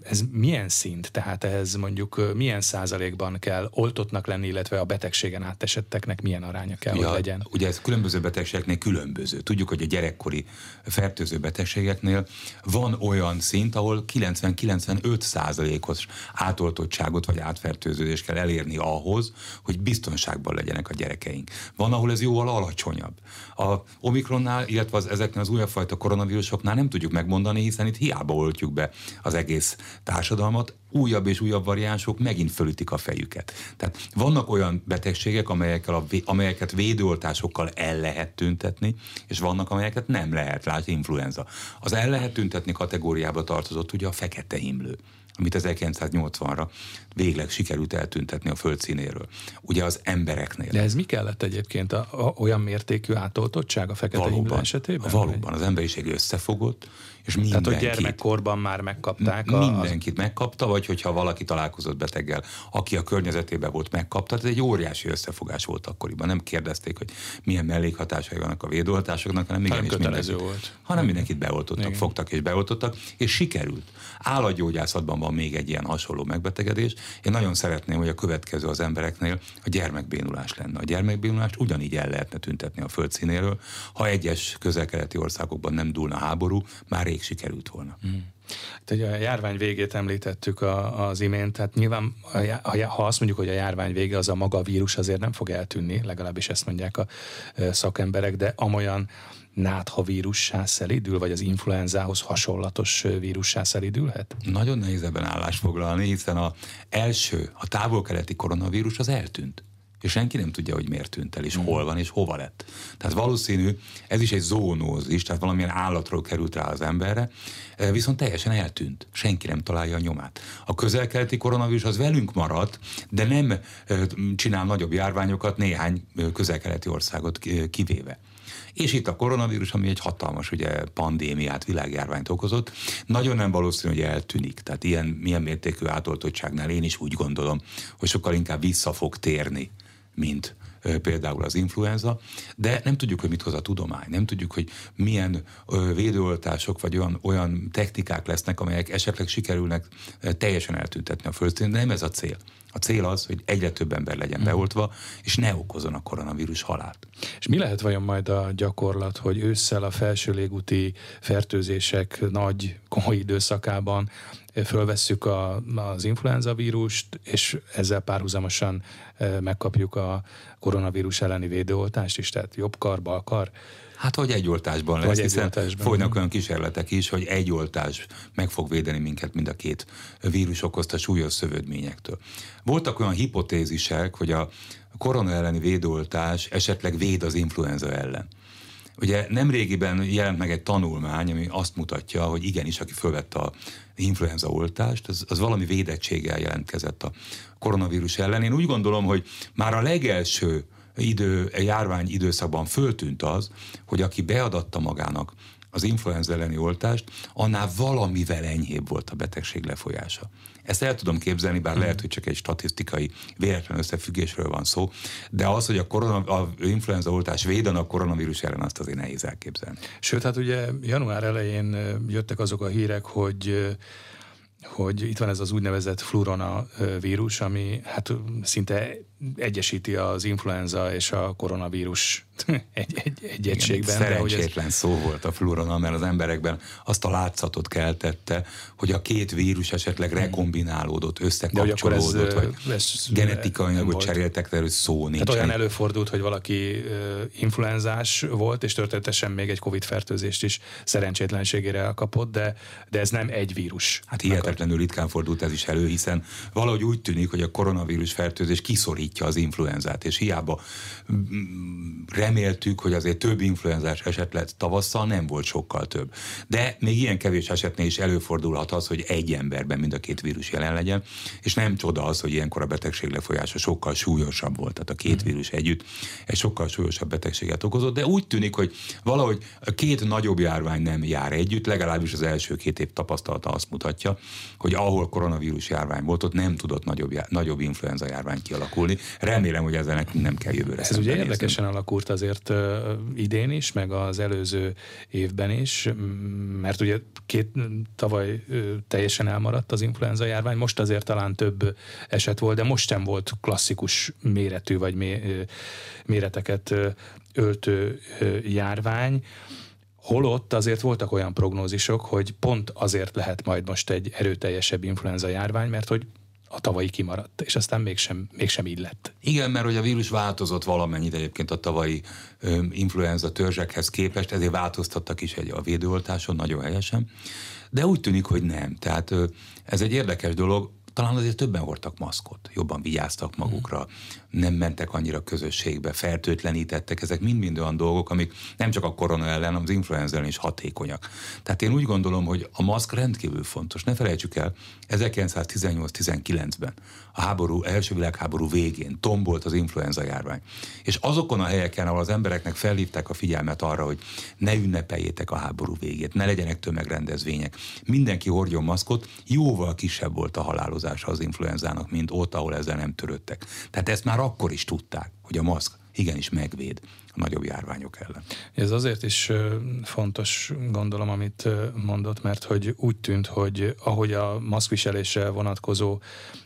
ez milyen szint? Tehát ehhez mondjuk milyen százalékban kell oltottnak lenni, illetve a betegségen átesetteknek milyen aránya kell, ja, hogy legyen? Ugye ez különböző betegségeknél különböző. Tudjuk, hogy a gyerekkori fertőző betegségeknél van olyan szint, ahol kilencven-kilencvenöt százalékos átoltottságot vagy átfertőződést kell elérni ahhoz, hogy biztonságban legyenek a gyerekeink. Van, ahol ez jóval alacsonyabb. A Omikronnál, illetve az, ezeknél az újabb fajta koronavírusoknál nem tudjuk megmondani, hiszen itt hiába oltjuk be az egész társadalmat, újabb és újabb variánsok megint fölütik a fejüket. Tehát vannak olyan betegségek, amelyekkel a, amelyeket védőoltásokkal el lehet tüntetni, és vannak, amelyeket nem lehet, lásd, influenza. Az el lehet tüntetni kategóriába tartozott ugye a fekete himlő, amit ezerkilencszáznyolcvanra végleg sikerült eltüntetni a föld színéről. Ugye az embereknél. De ez mi kellett egyébként? A, a, olyan mértékű átoltottság a fekete himlő esetében? Valóban, az emberiség összefogott, és mindenkit... Tehát, hogy gyermekkorban már megkapták a... Mindenkit megkapta, vagy hogyha valaki találkozott beteggel, aki a környezetében volt, megkapta. Ez egy óriási összefogás volt akkoriban. Nem kérdezték, hogy milyen mellékhatásai vannak a védőoltásoknak, hanem igenis kötelező volt. Hanem mindenkit beoltottak, igen. Fogtak és beoltottak, és sikerült. Állatgyógyászatban van még egy ilyen hasonló megbetegedés. Én nagyon szeretném, hogy a következő az embereknél a gyermekbénulás lenne. A gyermekbénulást ugyanígy el lehetne tüntetni a föld színéről, ha egyes közel-keleti országokban nem dúlna háború, már rég sikerült volna. Mm. Tehát a járvány végét említettük a, az imént, tehát nyilván ha azt mondjuk, hogy a járvány vége, az a maga a vírus azért nem fog eltűnni, legalábbis ezt mondják a szakemberek, de amolyan nátha vírussá szelídül, vagy az influenzához hasonlatos vírussá szelídülhet? Nagyon nehéz ebben állást foglalni, hiszen az első, a távol-keleti koronavírus az eltűnt. És senki nem tudja, hogy miért tűnt el, és mm. hol van, és hova lett. Tehát valószínű, ez is egy zoonózis, tehát valamilyen állatról került rá az emberre, viszont teljesen eltűnt. Senki nem találja a nyomát. A közel-keleti koronavírus az velünk maradt, de nem csinál nagyobb járványokat néhány közel-keleti országot kivéve. És itt a koronavírus, ami egy hatalmas ugye, pandémiát, világjárványt okozott, nagyon nem valószínű, hogy eltűnik. Tehát ilyen, milyen mértékű átoltottságnál én is úgy gondolom, hogy sokkal inkább vissza fog térni, mint ö, például az influenza, de nem tudjuk, hogy mit hoz a tudomány, nem tudjuk, hogy milyen ö, védőoltások vagy olyan, olyan technikák lesznek, amelyek esetleg sikerülnek ö, teljesen eltüntetni a földszínen, de nem ez a cél. A cél az, hogy egyre több ember legyen beoltva, és ne okozzon a koronavírus halált. És mi lehet vajon majd a gyakorlat, hogy ősszel a felső légúti fertőzések nagy, komoly időszakában fölvesszük a, az influenza vírust, és ezzel párhuzamosan megkapjuk a koronavírus elleni védőoltást is, tehát jobb kar, bal kar? Hát, hogy egy oltásban lesz, vagy hiszen oltásban. Folynak olyan kísérletek is, hogy egy oltás meg fog védeni minket mind a két vírus okozta súlyos szövődményektől. Voltak olyan hipotézisek, hogy a korona elleni védőoltás esetleg véd az influenza ellen. Ugye nemrégiben jelent meg egy tanulmány, ami azt mutatja, hogy igenis, aki fölvette a influenza oltást, az, az valami védettséggel jelentkezett a koronavírus ellen. Én úgy gondolom, hogy már a legelső idő, járvány időszakban föltűnt az, hogy aki beadatta magának az influenza elleni oltást, annál valamivel enyhébb volt a betegség lefolyása. Ezt el tudom képzelni, bár lehet, hogy csak egy statisztikai véletlen összefüggésről van szó, de az, hogy a, korona, a influenza oltás véden a koronavírus ellen, azt azért nehéz elképzelni. Sőt, hát ugye január elején jöttek azok a hírek, hogy hogy itt van ez az úgynevezett flurona vírus, ami hát szinte egyesíti az influenza és a koronavírus egy, egy, egy egységben. Szerencsétlen ez... szó volt a flurona, mert az emberekben azt a látszatot keltette, hogy a két vírus esetleg rekombinálódott, összekapcsolódott, ez, vagy ez genetikai anyagot cseréltek, de szó nincs. Tehát olyan előfordult, hogy valaki influenzás volt, és történetesen még egy Covid fertőzést is szerencsétlenségére elkapott, de, de ez nem egy vírus. Hát hihetetlenül ritkán fordult ez is elő, hiszen valahogy úgy tűnik, hogy a koronavírus fertőzés kiszorítja az influenzát, és hiába reméltük, hogy azért több influenzás eset lett tavasszal, nem volt sokkal több. De még ilyen kevés esetnél is előfordulhat az, hogy egy emberben mind a két vírus jelen legyen, és nem csoda az, hogy ilyenkor a betegség lefolyása sokkal súlyosabb volt. Tehát a két vírus együtt egy sokkal súlyosabb betegséget okozott, de úgy tűnik, hogy valahogy a két nagyobb járvány nem jár együtt, legalábbis az első két év tapasztalata azt mutatja, hogy ahol koronavírus járvány volt, ott nem tudott nagyobb, nagyobb influenza járvány kialakulni. tenni. Remélem, hogy ezzel nekünk nem kell jövőre. Ez ugye érdekesen alakult azért uh, idén is, meg az előző évben is, mert ugye két tavaly uh, teljesen elmaradt az influenza járvány, most azért talán több eset volt, de most sem volt klasszikus méretű vagy mé, uh, méreteket uh, öltő uh, járvány. Holott azért voltak olyan prognózisok, hogy pont azért lehet majd most egy erőteljesebb influenza járvány, mert hogy a tavalyi kimaradt, és aztán mégsem, mégsem így lett. Igen, mert hogy a vírus változott valamennyit egyébként a tavalyi ö, influenza törzsekhez képest, ezért változtattak is egy a védőoltáson, nagyon helyesen, de úgy tűnik, hogy nem. Tehát ö, ez egy érdekes dolog, talán azért többen hordtak maszkot, jobban vigyáztak magukra, nem mentek annyira közösségbe, fertőtlenítettek, ezek mind-mind olyan dolgok, amik nem csak a korona ellen, hanem az influenza ellen is hatékonyak. Tehát én úgy gondolom, hogy a maszk rendkívül fontos. Ne felejtsük el, ezerkilencszáztizennyolc-tizenkilencben a háború, első világháború végén tombolt az influenza járvány. És azokon a helyeken, ahol az embereknek felhívták a figyelmet arra, hogy ne ünnepeljétek a háború végét, ne legyenek tömegrendezvények, mindenki hordjon maszkot, jóval kisebb volt a halálozása az influenzának, mint ott, ahol ezzel nem törődtek. Tehát ezt már akkor is tudták, hogy a maszk igenis megvéd a nagyobb járványok ellen. Ez azért is fontos, gondolom, amit mondott, mert hogy úgy tűnt, hogy ahogy a maszkviselésre vonatkozó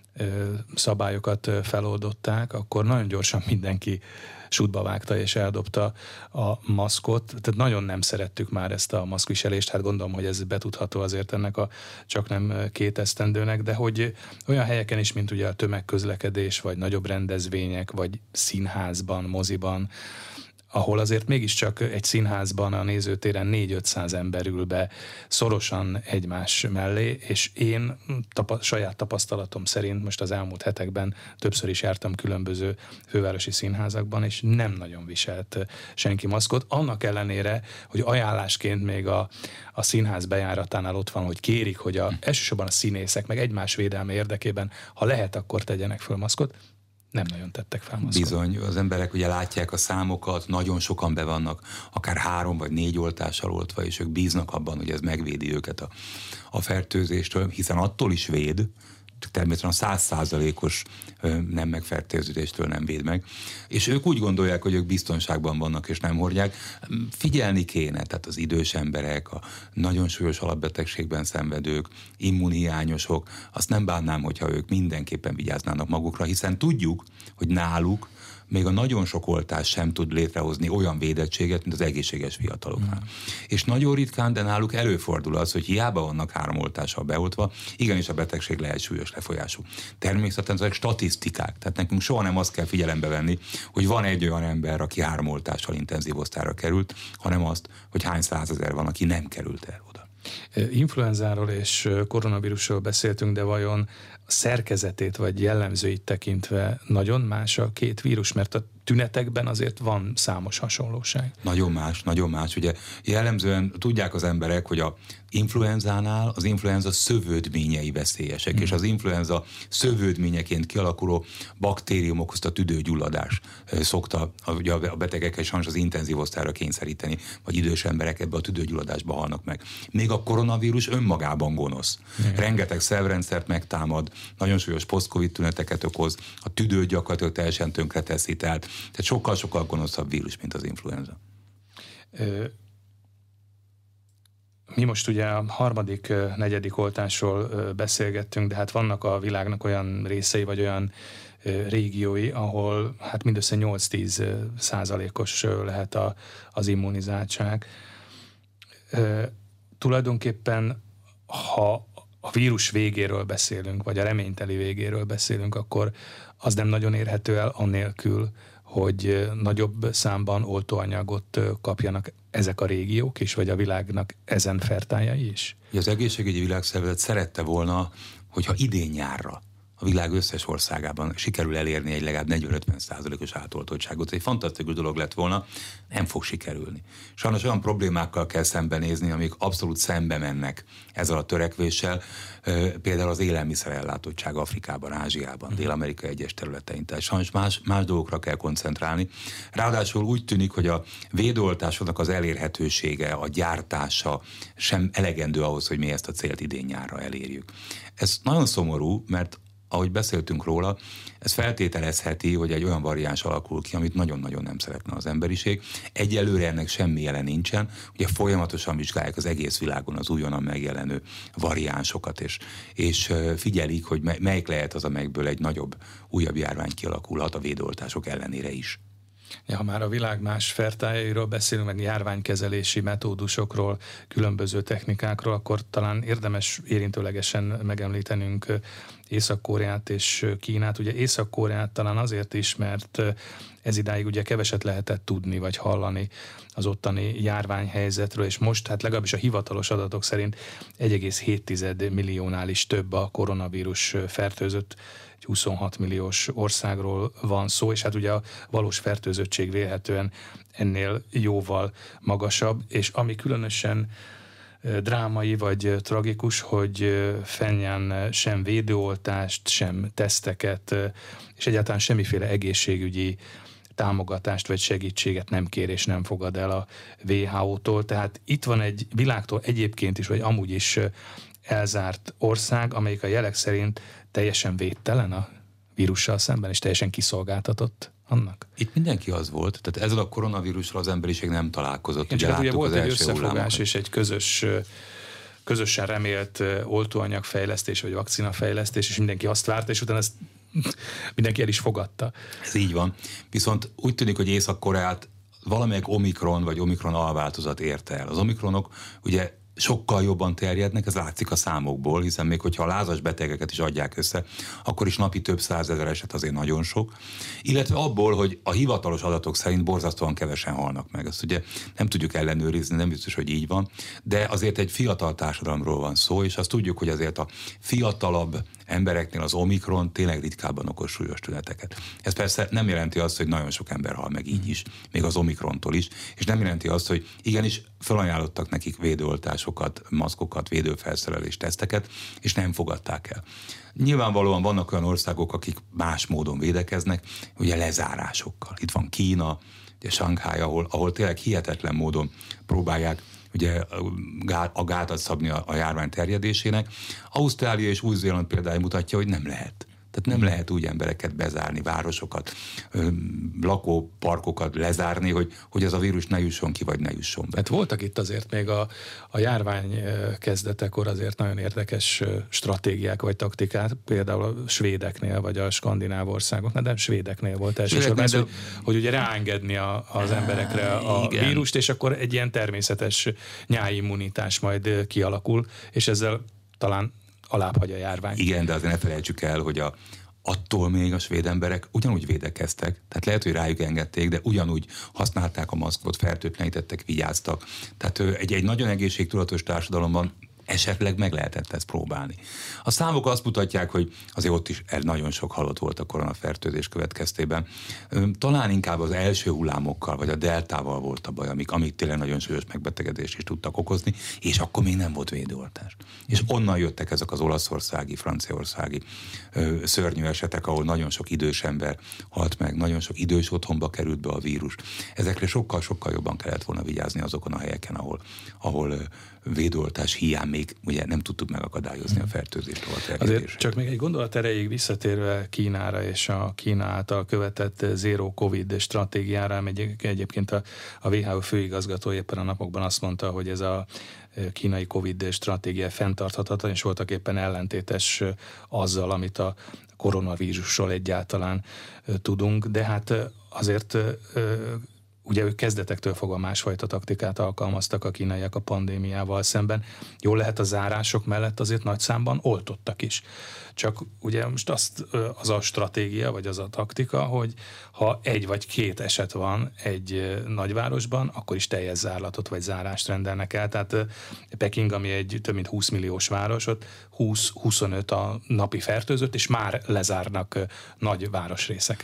szabályokat feloldották, akkor nagyon gyorsan mindenki sútba vágta és eldobta a maszkot. Tehát nagyon nem szerettük már ezt a maszkviselést, hát gondolom, hogy ez betudható azért ennek a csak nem két esztendőnek, de hogy olyan helyeken is, mint ugye a tömegközlekedés, vagy nagyobb rendezvények, vagy színházban, moziban, ahol azért mégiscsak egy színházban a nézőtéren négy-ötszáz ember ül be szorosan egymás mellé, és én tapa, saját tapasztalatom szerint most az elmúlt hetekben többször is jártam különböző fővárosi színházakban, és nem nagyon viselt senki maszkot, annak ellenére, hogy ajánlásként még a, a színház bejáratánál ott van, hogy kérik, hogy a, elsősorban a színészek meg egymás védelme érdekében, ha lehet, akkor tegyenek föl maszkot. Nem nagyon tettek fel maszkot. Bizony, az emberek ugye látják a számokat, nagyon sokan be vannak, akár három vagy négy oltással oltva, és ők bíznak abban, hogy ez megvédi őket a, a fertőzéstől, hiszen attól is véd, természetesen a száz százalékos nem megfertőződéstől nem véd meg, és ők úgy gondolják, hogy ők biztonságban vannak és nem hordják. Figyelni kéne, tehát az idős emberek, a nagyon súlyos alapbetegségben szenvedők, immunhiányosok, azt nem bánnám, hogyha ők mindenképpen vigyáznának magukra, hiszen tudjuk, hogy náluk még a nagyon sok oltás sem tud létrehozni olyan védettséget, mint az egészséges fiataloknál. Mm. És nagyon ritkán, de náluk előfordul az, hogy hiába vannak három oltással beoltva, igenis a betegség lehet súlyos lefolyású. Természetesen ezek statisztikák, tehát nekünk soha nem azt kell figyelembe venni, hogy van egy olyan ember, aki három oltással intenzív osztályra került, hanem azt, hogy hány százezer van, aki nem került el oda. Influenzáról és koronavírusról beszéltünk, de vajon a szerkezetét vagy jellemzőit tekintve nagyon más a két vírus, mert a tünetekben azért van számos hasonlóság. Nagyon más, nagyon más. Ugye jellemzően tudják az emberek, hogy a influenzánál az influenza szövődményei veszélyesek, mm. és az influenza szövődményeként kialakuló baktérium okozta tüdőgyulladás szokta ugye a betegeket sajnos az intenzív osztályra kényszeríteni, vagy idős emberek ebbe a tüdőgyulladásba halnak meg. Még a koronavírus önmagában gonosz. Mm. Rengeteg szervrendszert megtámad, nagyon súlyos post-covid tüneteket okoz, a tüdőt gyakorlatilag teljesen tönkreteszi, tehát, tehát sokkal-sokkal gonoszabb vírus, mint az influenza. Ö- Mi most ugye a harmadik, negyedik oltásról beszélgettünk, de hát vannak a világnak olyan részei, vagy olyan régiói, ahol hát mindössze nyolc-tíz százalékos lehet a, az immunizáltság. E, tulajdonképpen, ha a vírus végéről beszélünk, vagy a reményteli végéről beszélünk, akkor az nem nagyon érhető el annélkül, hogy nagyobb számban oltóanyagot kapjanak ezek a régiók is, vagy a világnak ezen fertájai is? Az egészségügyi világszervezet szerette volna, hogyha idén nyárra a világ összes országában sikerül elérni egy legalább negyven-ötven százalékos átoltottságot. Egy fantasztikus dolog lett volna, nem fog sikerülni. Sajnos olyan problémákkal kell szembenézni, amik abszolút szembe mennek ezzel a törekvéssel, például az élelmiszerellátottság Afrikában, Ázsiában, Dél-Amerika egyes területein. Tehát sajnos más, más dolgokra kell koncentrálni. Ráadásul úgy tűnik, hogy a védőoltásoknak az elérhetősége, a gyártása sem elegendő ahhoz, hogy mi ezt a célt idén nyárra elérjük. Ez nagyon szomorú, mert ahogy beszéltünk róla, ez feltételezheti, hogy egy olyan variáns alakul ki, amit nagyon-nagyon nem szeretne az emberiség. Egyelőre ennek semmi jele nincsen, ugye folyamatosan vizsgálják az egész világon az újonnan megjelenő variánsokat, és, és figyelik, hogy melyik lehet az, amelyikből egy nagyobb, újabb járvány kialakulhat a védőoltások ellenére is. Ja, ha már a világ más fertájairól beszélünk, meg járványkezelési metódusokról, különböző technikákról, akkor talán érdemes érintőlegesen megemlítenünk Észak-Koreát és Kínát. Ugye Észak-Koreát talán azért is, mert ez idáig ugye keveset lehetett tudni vagy hallani az ottani járványhelyzetről, és most hát legalábbis a hivatalos adatok szerint egy egész hét milliónál is több a koronavírus fertőzött, egy huszonhat milliós országról van szó, és hát ugye a valós fertőzöttség vélhetően ennél jóval magasabb, és ami különösen drámai vagy tragikus, hogy Phenjan sem védőoltást, sem teszteket, és egyáltalán semmiféle egészségügyi támogatást vagy segítséget nem kér és nem fogad el a vé há ó-tól. Tehát itt van egy világtól egyébként is, vagy amúgy is elzárt ország, amelyik a jelek szerint teljesen védtelen a vírussal szemben, és teljesen kiszolgáltatott annak. Itt mindenki az volt, tehát ezzel a koronavírusról az emberiség nem találkozott. Igen, ugye, ugye volt egy összefogás hullámokat. És egy közös, közösen remélt oltóanyagfejlesztés vagy vakcinafejlesztés, és mindenki azt várta, és utána ezt mindenki el is fogadta. Ez így van. Viszont úgy tűnik, hogy Észak-Koreát valamelyik omikron vagy omikron alváltozat érte el. Az omikronok ugye sokkal jobban terjednek, ez látszik a számokból, hiszen még hogyha a lázas betegeket is adják össze, akkor is napi több százezer eset azért nagyon sok. Illetve abból, hogy a hivatalos adatok szerint borzasztóan kevesen halnak meg. Ezt ugye nem tudjuk ellenőrizni, nem biztos, hogy így van, de azért egy fiatal társadalomról van szó, és azt tudjuk, hogy azért a fiatalabb embereknél az omikron tényleg ritkábban okoz súlyos tüneteket. Ez persze nem jelenti azt, hogy nagyon sok ember hal meg így is, még az omikrontól is, és nem jelenti azt, hogy igenis felajánlottak nekik védőoltásokat, maszkokat, védőfelszerelést, teszteket, és nem fogadták el. Nyilvánvalóan vannak olyan országok, akik más módon védekeznek, ugye lezárásokkal. Itt van Kína, ugye Shanghai, ahol, ahol tényleg hihetetlen módon próbálják ugye a gátat szabni a, a járvány terjedésének. Ausztrália és Új-Zéland például mutatja, hogy nem lehet. Tehát nem lehet úgy embereket bezárni, városokat, lakóparkokat lezárni, hogy, hogy az a vírus ne jusson ki, vagy ne jusson be. Hát voltak itt azért még a, a járvány kezdetekor azért nagyon érdekes stratégiák vagy taktikák, például a svédeknél, vagy a skandináv országoknál, de svédeknél volt elsősorban, de... hogy, hogy ugye ráengedni a, az emberekre a igen. vírust, és akkor egy ilyen természetes nyáimmunitás majd kialakul, és ezzel talán alábbhagy a járvány. Igen, de azért ne felejtsük el, hogy a, attól még a svéd emberek ugyanúgy védekeztek, tehát lehet, hogy rájuk engedték, de ugyanúgy használták a maszkot, fertőtlenítettek, vigyáztak. Tehát egy, egy nagyon egészségtudatos társadalomban esetleg meg lehetett ezt próbálni. A számok azt mutatják, hogy azért ott is nagyon sok halott volt a koronafertőzés következtében. Talán inkább az első hullámokkal, vagy a deltával volt a baj, amik, amik tényleg nagyon súlyos megbetegedést is tudtak okozni, és akkor még nem volt védőoltás. És onnan jöttek ezek az olaszországi, franciaországi ö, szörnyű esetek, ahol nagyon sok idős ember halt meg, nagyon sok idős otthonba került be a vírus. Ezekre sokkal-sokkal jobban kellett volna vigyázni azokon a helyeken, ahol, ahol ö, védőoltás hiány még ugye nem tudtuk megakadályozni a fertőzést. A Azért csak még egy gondolat erejéig visszatérve Kínára és a Kína által követett zero covid stratégiára, egy, egyébként a, a vé há ó főigazgató éppen a napokban azt mondta, hogy ez a kínai Covid stratégia fenntarthatatlan, és voltak éppen ellentétes azzal, amit a koronavírusról egyáltalán tudunk, de hát azért ugye ők kezdetektől fogva másfajta taktikát alkalmaztak a kínaiak a pandémiával szemben. Jól lehet, a zárások mellett azért nagy számban oltottak is. Csak ugye most azt, az a stratégia, vagy az a taktika, hogy ha egy vagy két eset van egy nagyvárosban, akkor is teljes zárlatot vagy zárást rendelnek el. Tehát Peking, ami egy több mint húsz milliós város, ott húsz-huszonöt a napi fertőzött, és már lezárnak nagy városrészeket.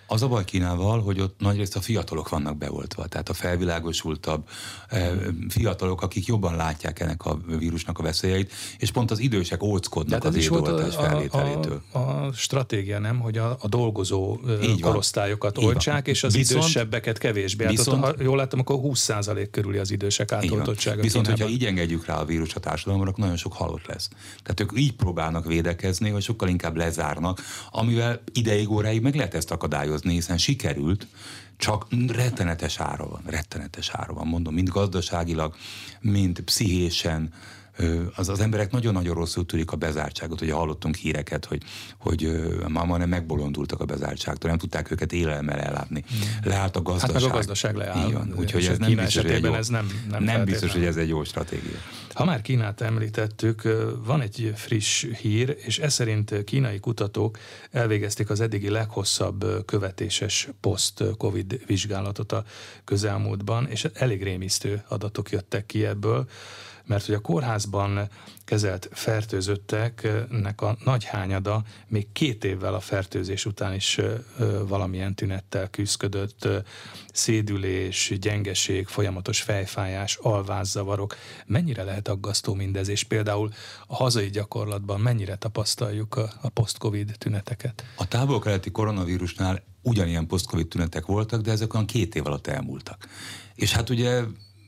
Az a baj Kínával, hogy ott nagyrészt a fiatalok vannak beoltva, tehát a felvilágosultabb fiatalok, akik jobban látják ennek a vírusnak a veszélyeit, és pont az idősek óckodnak az védoltás felvételétől. A, a, a stratégia nem, hogy a, a dolgozó így korosztályokat van. oltsák, és az viszont, idősebbet kevésbé. Viszont, hát ott, ha jól láttam, akkor húsz százalék körüli az idősek átoltottsága. Viszont, Kínában. hogyha így engedjük rá a vírus a társadalomra, akkor nagyon sok halott lesz. Tehát ők így próbálnak védekezni, vagy sokkal inkább lezárnak, amivel ideig, óráig meg lehet ezt akadályozni, hiszen sikerült, csak rettenetes ára van, rettenetes ára van, mondom, mind gazdaságilag, mind pszichésen. Az, az emberek nagyon-nagyon rosszul tűrik a bezártságot. Ugye hallottunk híreket, hogy, hogy már majdnem megbolondultak a bezártságtól, nem tudták őket élelemmel ellátni. Leállt a gazdaság. Hát meg a gazdaság leáll. Úgyhogy ez nem biztos, hogy, jó, ez nem, nem, nem biztos, hogy ez egy jó stratégia. Ha már Kínát említettük, van egy friss hír, és ez szerint kínai kutatók elvégezték az eddigi leghosszabb követéses post-Covid vizsgálatot a közelmúltban, és elég rémisztő adatok jöttek ki ebből, mert hogy a kórházban kezelt fertőzötteknek a nagy hányada még két évvel a fertőzés után is valamilyen tünettel küzdött, szédülés, gyengeség, folyamatos fejfájás, alvászavarok. Mennyire lehet aggasztó mindez, és például a hazai gyakorlatban mennyire tapasztaljuk a, a post-Covid tüneteket? A távol-keleti koronavírusnál ugyanilyen post-Covid tünetek voltak, de ezek olyan két év alatt elmúltak. És hát ugye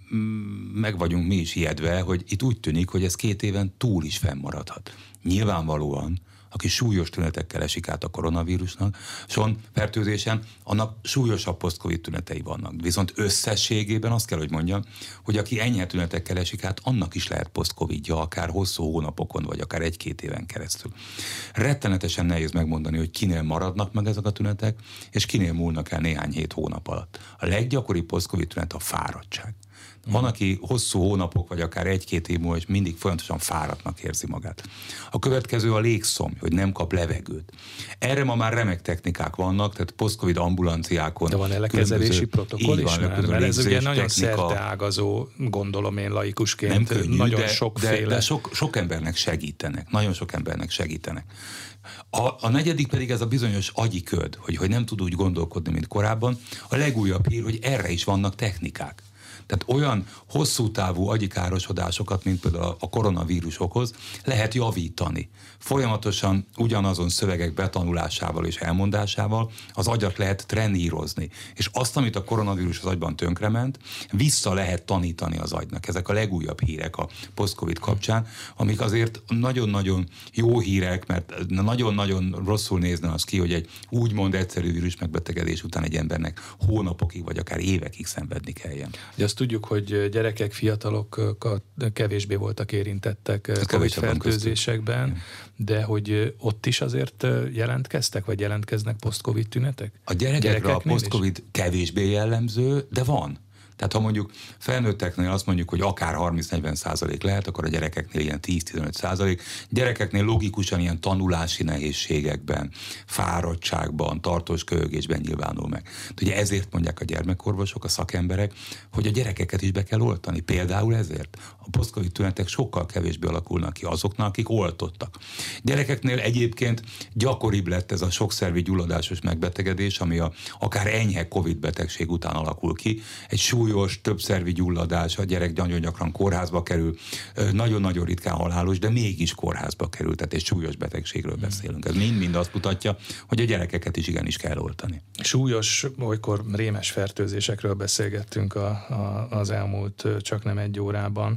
meg vagyunk mi is ijedve, hogy itt úgy tűnik, hogy ez két éven túl is fennmaradhat. Nyilvánvalóan, aki súlyos tünetekkel esik át a koronavírusnak, son fertőzésen, annak súlyosabb post-Covid tünetei vannak. Viszont összességében azt kell, hogy mondjam, hogy aki enyhe tünetekkel esik át, annak is lehet post-Covidja, akár hosszú hónapokon, vagy akár egy-két éven keresztül. Rettenetesen nehéz megmondani, hogy kinél maradnak meg ezek a tünetek, és kinél múlnak el néhány hét hónap alatt. A leggyakoribb post-Covid tünet a fáradtság. Van, aki hosszú hónapok, vagy akár egy-két év múlva, és mindig folyamatosan fáradtnak érzi magát. A következő a légszomj, hogy nem kap levegőt. Erre ma már remek technikák vannak, tehát post-Covid ambulanciákon. De van elkezelési protokoll is már? Mert ez ugye nagyon szerteágazó, gondolom én laikusként, nem könnyű, nagyon de, sokféle. De, de sok, sok embernek segítenek, nagyon sok embernek segítenek. A, a negyedik pedig ez a bizonyos agyi köd, hogy, hogy nem tud úgy gondolkodni, mint korábban. A legújabb hír, hogy erre is vannak technikák. Tehát olyan hosszú távú agyi károsodásokat, mint például a koronavírus okoz, lehet javítani. Folyamatosan ugyanazon szövegek betanulásával és elmondásával az agyat lehet trenírozni. És azt, amit a koronavírus az agyban tönkrement, vissza lehet tanítani az agynak. Ezek a legújabb hírek a post-Covid kapcsán, amik azért nagyon-nagyon jó hírek, mert nagyon-nagyon rosszul nézne az ki, hogy egy úgymond egyszerű vírus megbetegedés után egy embernek hónapokig vagy akár évekig szenvedni kelljen. Ugye azt tudjuk, hogy gyerekek, fiatalok kevésbé voltak érintettek Covid-fertőzésekben, de hogy ott is azért jelentkeztek, vagy jelentkeznek post-Covid tünetek? A gyerekekre a post-Covid kevésbé jellemző, de van. Tehát ha mondjuk felnőtteknél azt mondjuk, hogy akár harminc-negyven százalék lehet, akkor a gyerekeknél ilyen tíz-tizenöt százalék. Gyerekeknél logikusan ilyen tanulási nehézségekben, fáradtságban, tartós köhögésben nyilvánul meg. Ugye ezért mondják a gyermekorvosok, a szakemberek, hogy a gyerekeket is be kell oltani. Például ezért a post-Covid tünetek sokkal kevésbé alakulnak ki azoknak, akik oltottak. Gyerekeknél egyébként gyakoribb lett ez a sokszervi gyulladásos megbetegedés, ami a, akár enyhe Covid betegség után alakul ki. Egy súlyos, többszervi gyulladás, a gyerek nagyon gyakran kórházba kerül, nagyon-nagyon ritkán halálos, de mégis kórházba kerül, tehát egy súlyos betegségről beszélünk. Ez mind-mind azt mutatja, hogy a gyerekeket is igenis kell oltani. Súlyos, olykor rémes fertőzésekről beszélgettünk a, a, az elmúlt csak nem egy órában,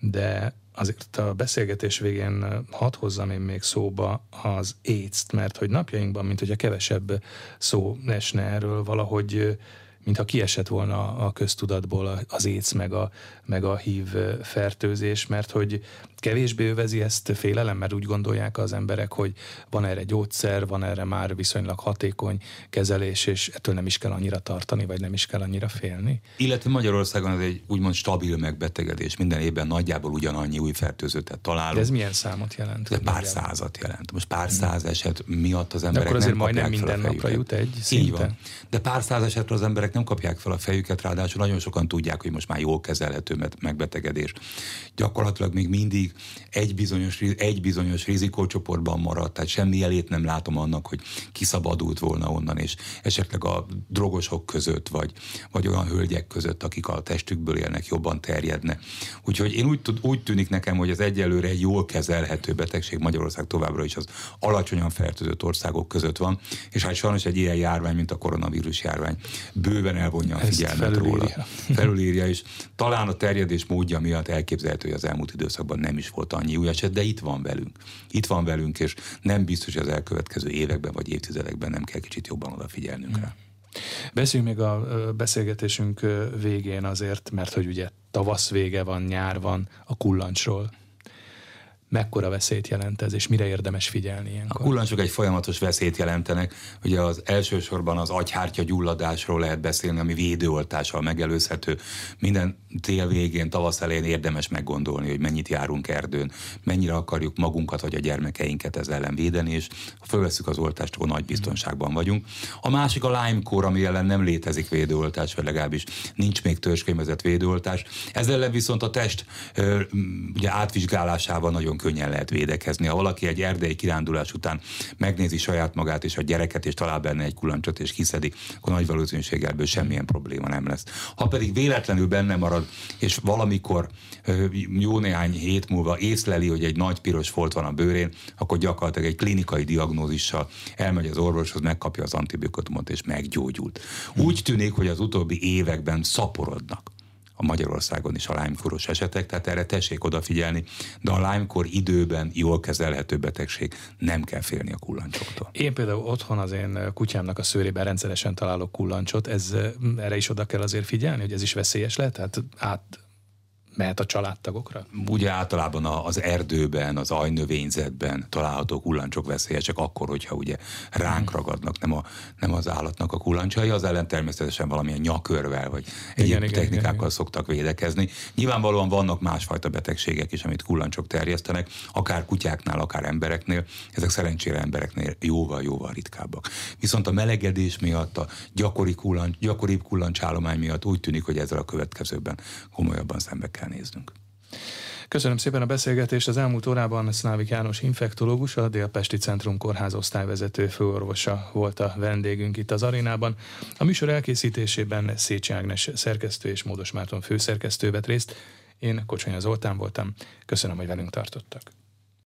de azért a beszélgetés végén hadd hozzam én még szóba az AIDS-t, mert hogy napjainkban, mint hogyha kevesebb szó esne erről, valahogy mintha kiesett volna a köztudatból az AIDS meg a, meg a hív fertőzés, mert hogy kevésbé övezi ezt félelem, mert úgy gondolják az emberek, hogy van erre gyógyszer, van erre már viszonylag hatékony kezelés, és ettől nem is kell annyira tartani, vagy nem is kell annyira félni. Illetve Magyarországon ez egy úgymond stabil megbetegedés. Minden évben nagyjából ugyanannyi új fertőzöttet találunk. De ez milyen számot jelent? De pár százat jelent. Most pár száz eset miatt az emberek nem kapják fel a fejüket. majdnem minden napra jut egy szinte. Így van. De pár száz esetre az emberek nem kapják fel a fejüket, ráadásul nagyon sokan tudják, hogy most már jól kezelhető megbetegedés. Gyakorlatilag még mindig egy bizonyos, egy bizonyos rizikócsoportban maradt, tehát semmi jelét nem látom annak, hogy kiszabadult volna onnan, és esetleg a drogosok között, vagy, vagy olyan hölgyek között, akik a testükből élnek, jobban terjedne. Úgyhogy én úgy, úgy tűnik nekem, hogy az egyelőre egy jól kezelhető betegség. Magyarország továbbra is az alacsonyan fertőzött országok között van, és hát sajnos egy ilyen járvány, mint a koronavírus járvány bőven elvonja a figyelmet róla. Felülírja, és talán a terjedés módja miatt elképzelhető, hogy az elmúlt időszakban nem is volt annyi új eset, de itt van velünk. Itt van velünk, és nem biztos, hogy az elkövetkező években vagy évtizedekben nem kell kicsit jobban odafigyelnünk rá. Beszéljünk még a beszélgetésünk végén azért, mert hogy ugye tavasz vége van, nyár van, a kullancsról. Mekkora veszélyt jelent ez, és mire érdemes figyelni ilyenkor? A kullancsok egy folyamatos veszélyt jelentenek. Ugye az elsősorban az agyhártya gyulladásról lehet beszélni, ami védőoltással megelőzhető. Minden tél végén, tavasz elején érdemes meggondolni, hogy mennyit járunk erdőn, mennyire akarjuk magunkat vagy a gyermekeinket ez ellen védeni, és ha fölveszük az oltást, akkor nagy biztonságban vagyunk. A másik a Lyme-kór, ami ellen nem létezik védőoltás, vagy legalábbis nincs még törzskönyvezett védőoltás. Ez ellen viszont a test ugye, átvizsgálásával nagyon könnyen lehet védekezni. Ha valaki egy erdei kirándulás után megnézi saját magát és a gyereket, és talál benne egy kullancsot, és kiszedi, akkor nagy valószínűséggel ebből semmilyen probléma nem lesz. Ha pedig véletlenül benne marad, és valamikor jó néhány hét múlva észleli, hogy egy nagy piros folt van a bőrén, akkor gyakorlatilag egy klinikai diagnózissal elmegy az orvoshoz, megkapja az antibiotikumot, és meggyógyult. Úgy tűnik, hogy az utóbbi években szaporodnak a Magyarországon is a Lyme-kóros esetek, tehát erre tessék odafigyelni, de a Lyme-kór időben jól kezelhető betegség, nem kell félni a kullancsoktól. Én például otthon az én kutyámnak a szőrében rendszeresen találok kullancsot, ez, erre is oda kell azért figyelni, hogy ez is veszélyes lehet, tehát át mehet a családtagokra? Ugye általában az erdőben, az ajnövényzetben található kullancsok veszélyesek akkor, hogyha ugye ránk ragadnak, nem, a, nem az állatnak a kullancsai, az ellen természetesen valamilyen nyakörvel, vagy egyéb technikákkal igen, szoktak védekezni. Nyilvánvalóan vannak másfajta betegségek is, amit kullancsok terjesztenek, akár kutyáknál, akár embereknél, ezek szerencsére embereknél jóval-jóval ritkábbak. Viszont a melegedés miatt, a gyakori kullancs, gyakoribb kullancsállomány miatt úgy tűnik, hogy ezzel a következőkben komolyabban szembe kell néznünk. Köszönöm szépen a beszélgetést. Az elmúlt órában Szlávik János infektológus, a Délpesti Centrum Kórház osztályvezető főorvosa volt a vendégünk itt az arénában. A műsor elkészítésében Szécsi Ágnes szerkesztő és Módos Márton főszerkesztő vett részt. Én Kocsonya Zoltán voltam. Köszönöm, hogy velünk tartottak.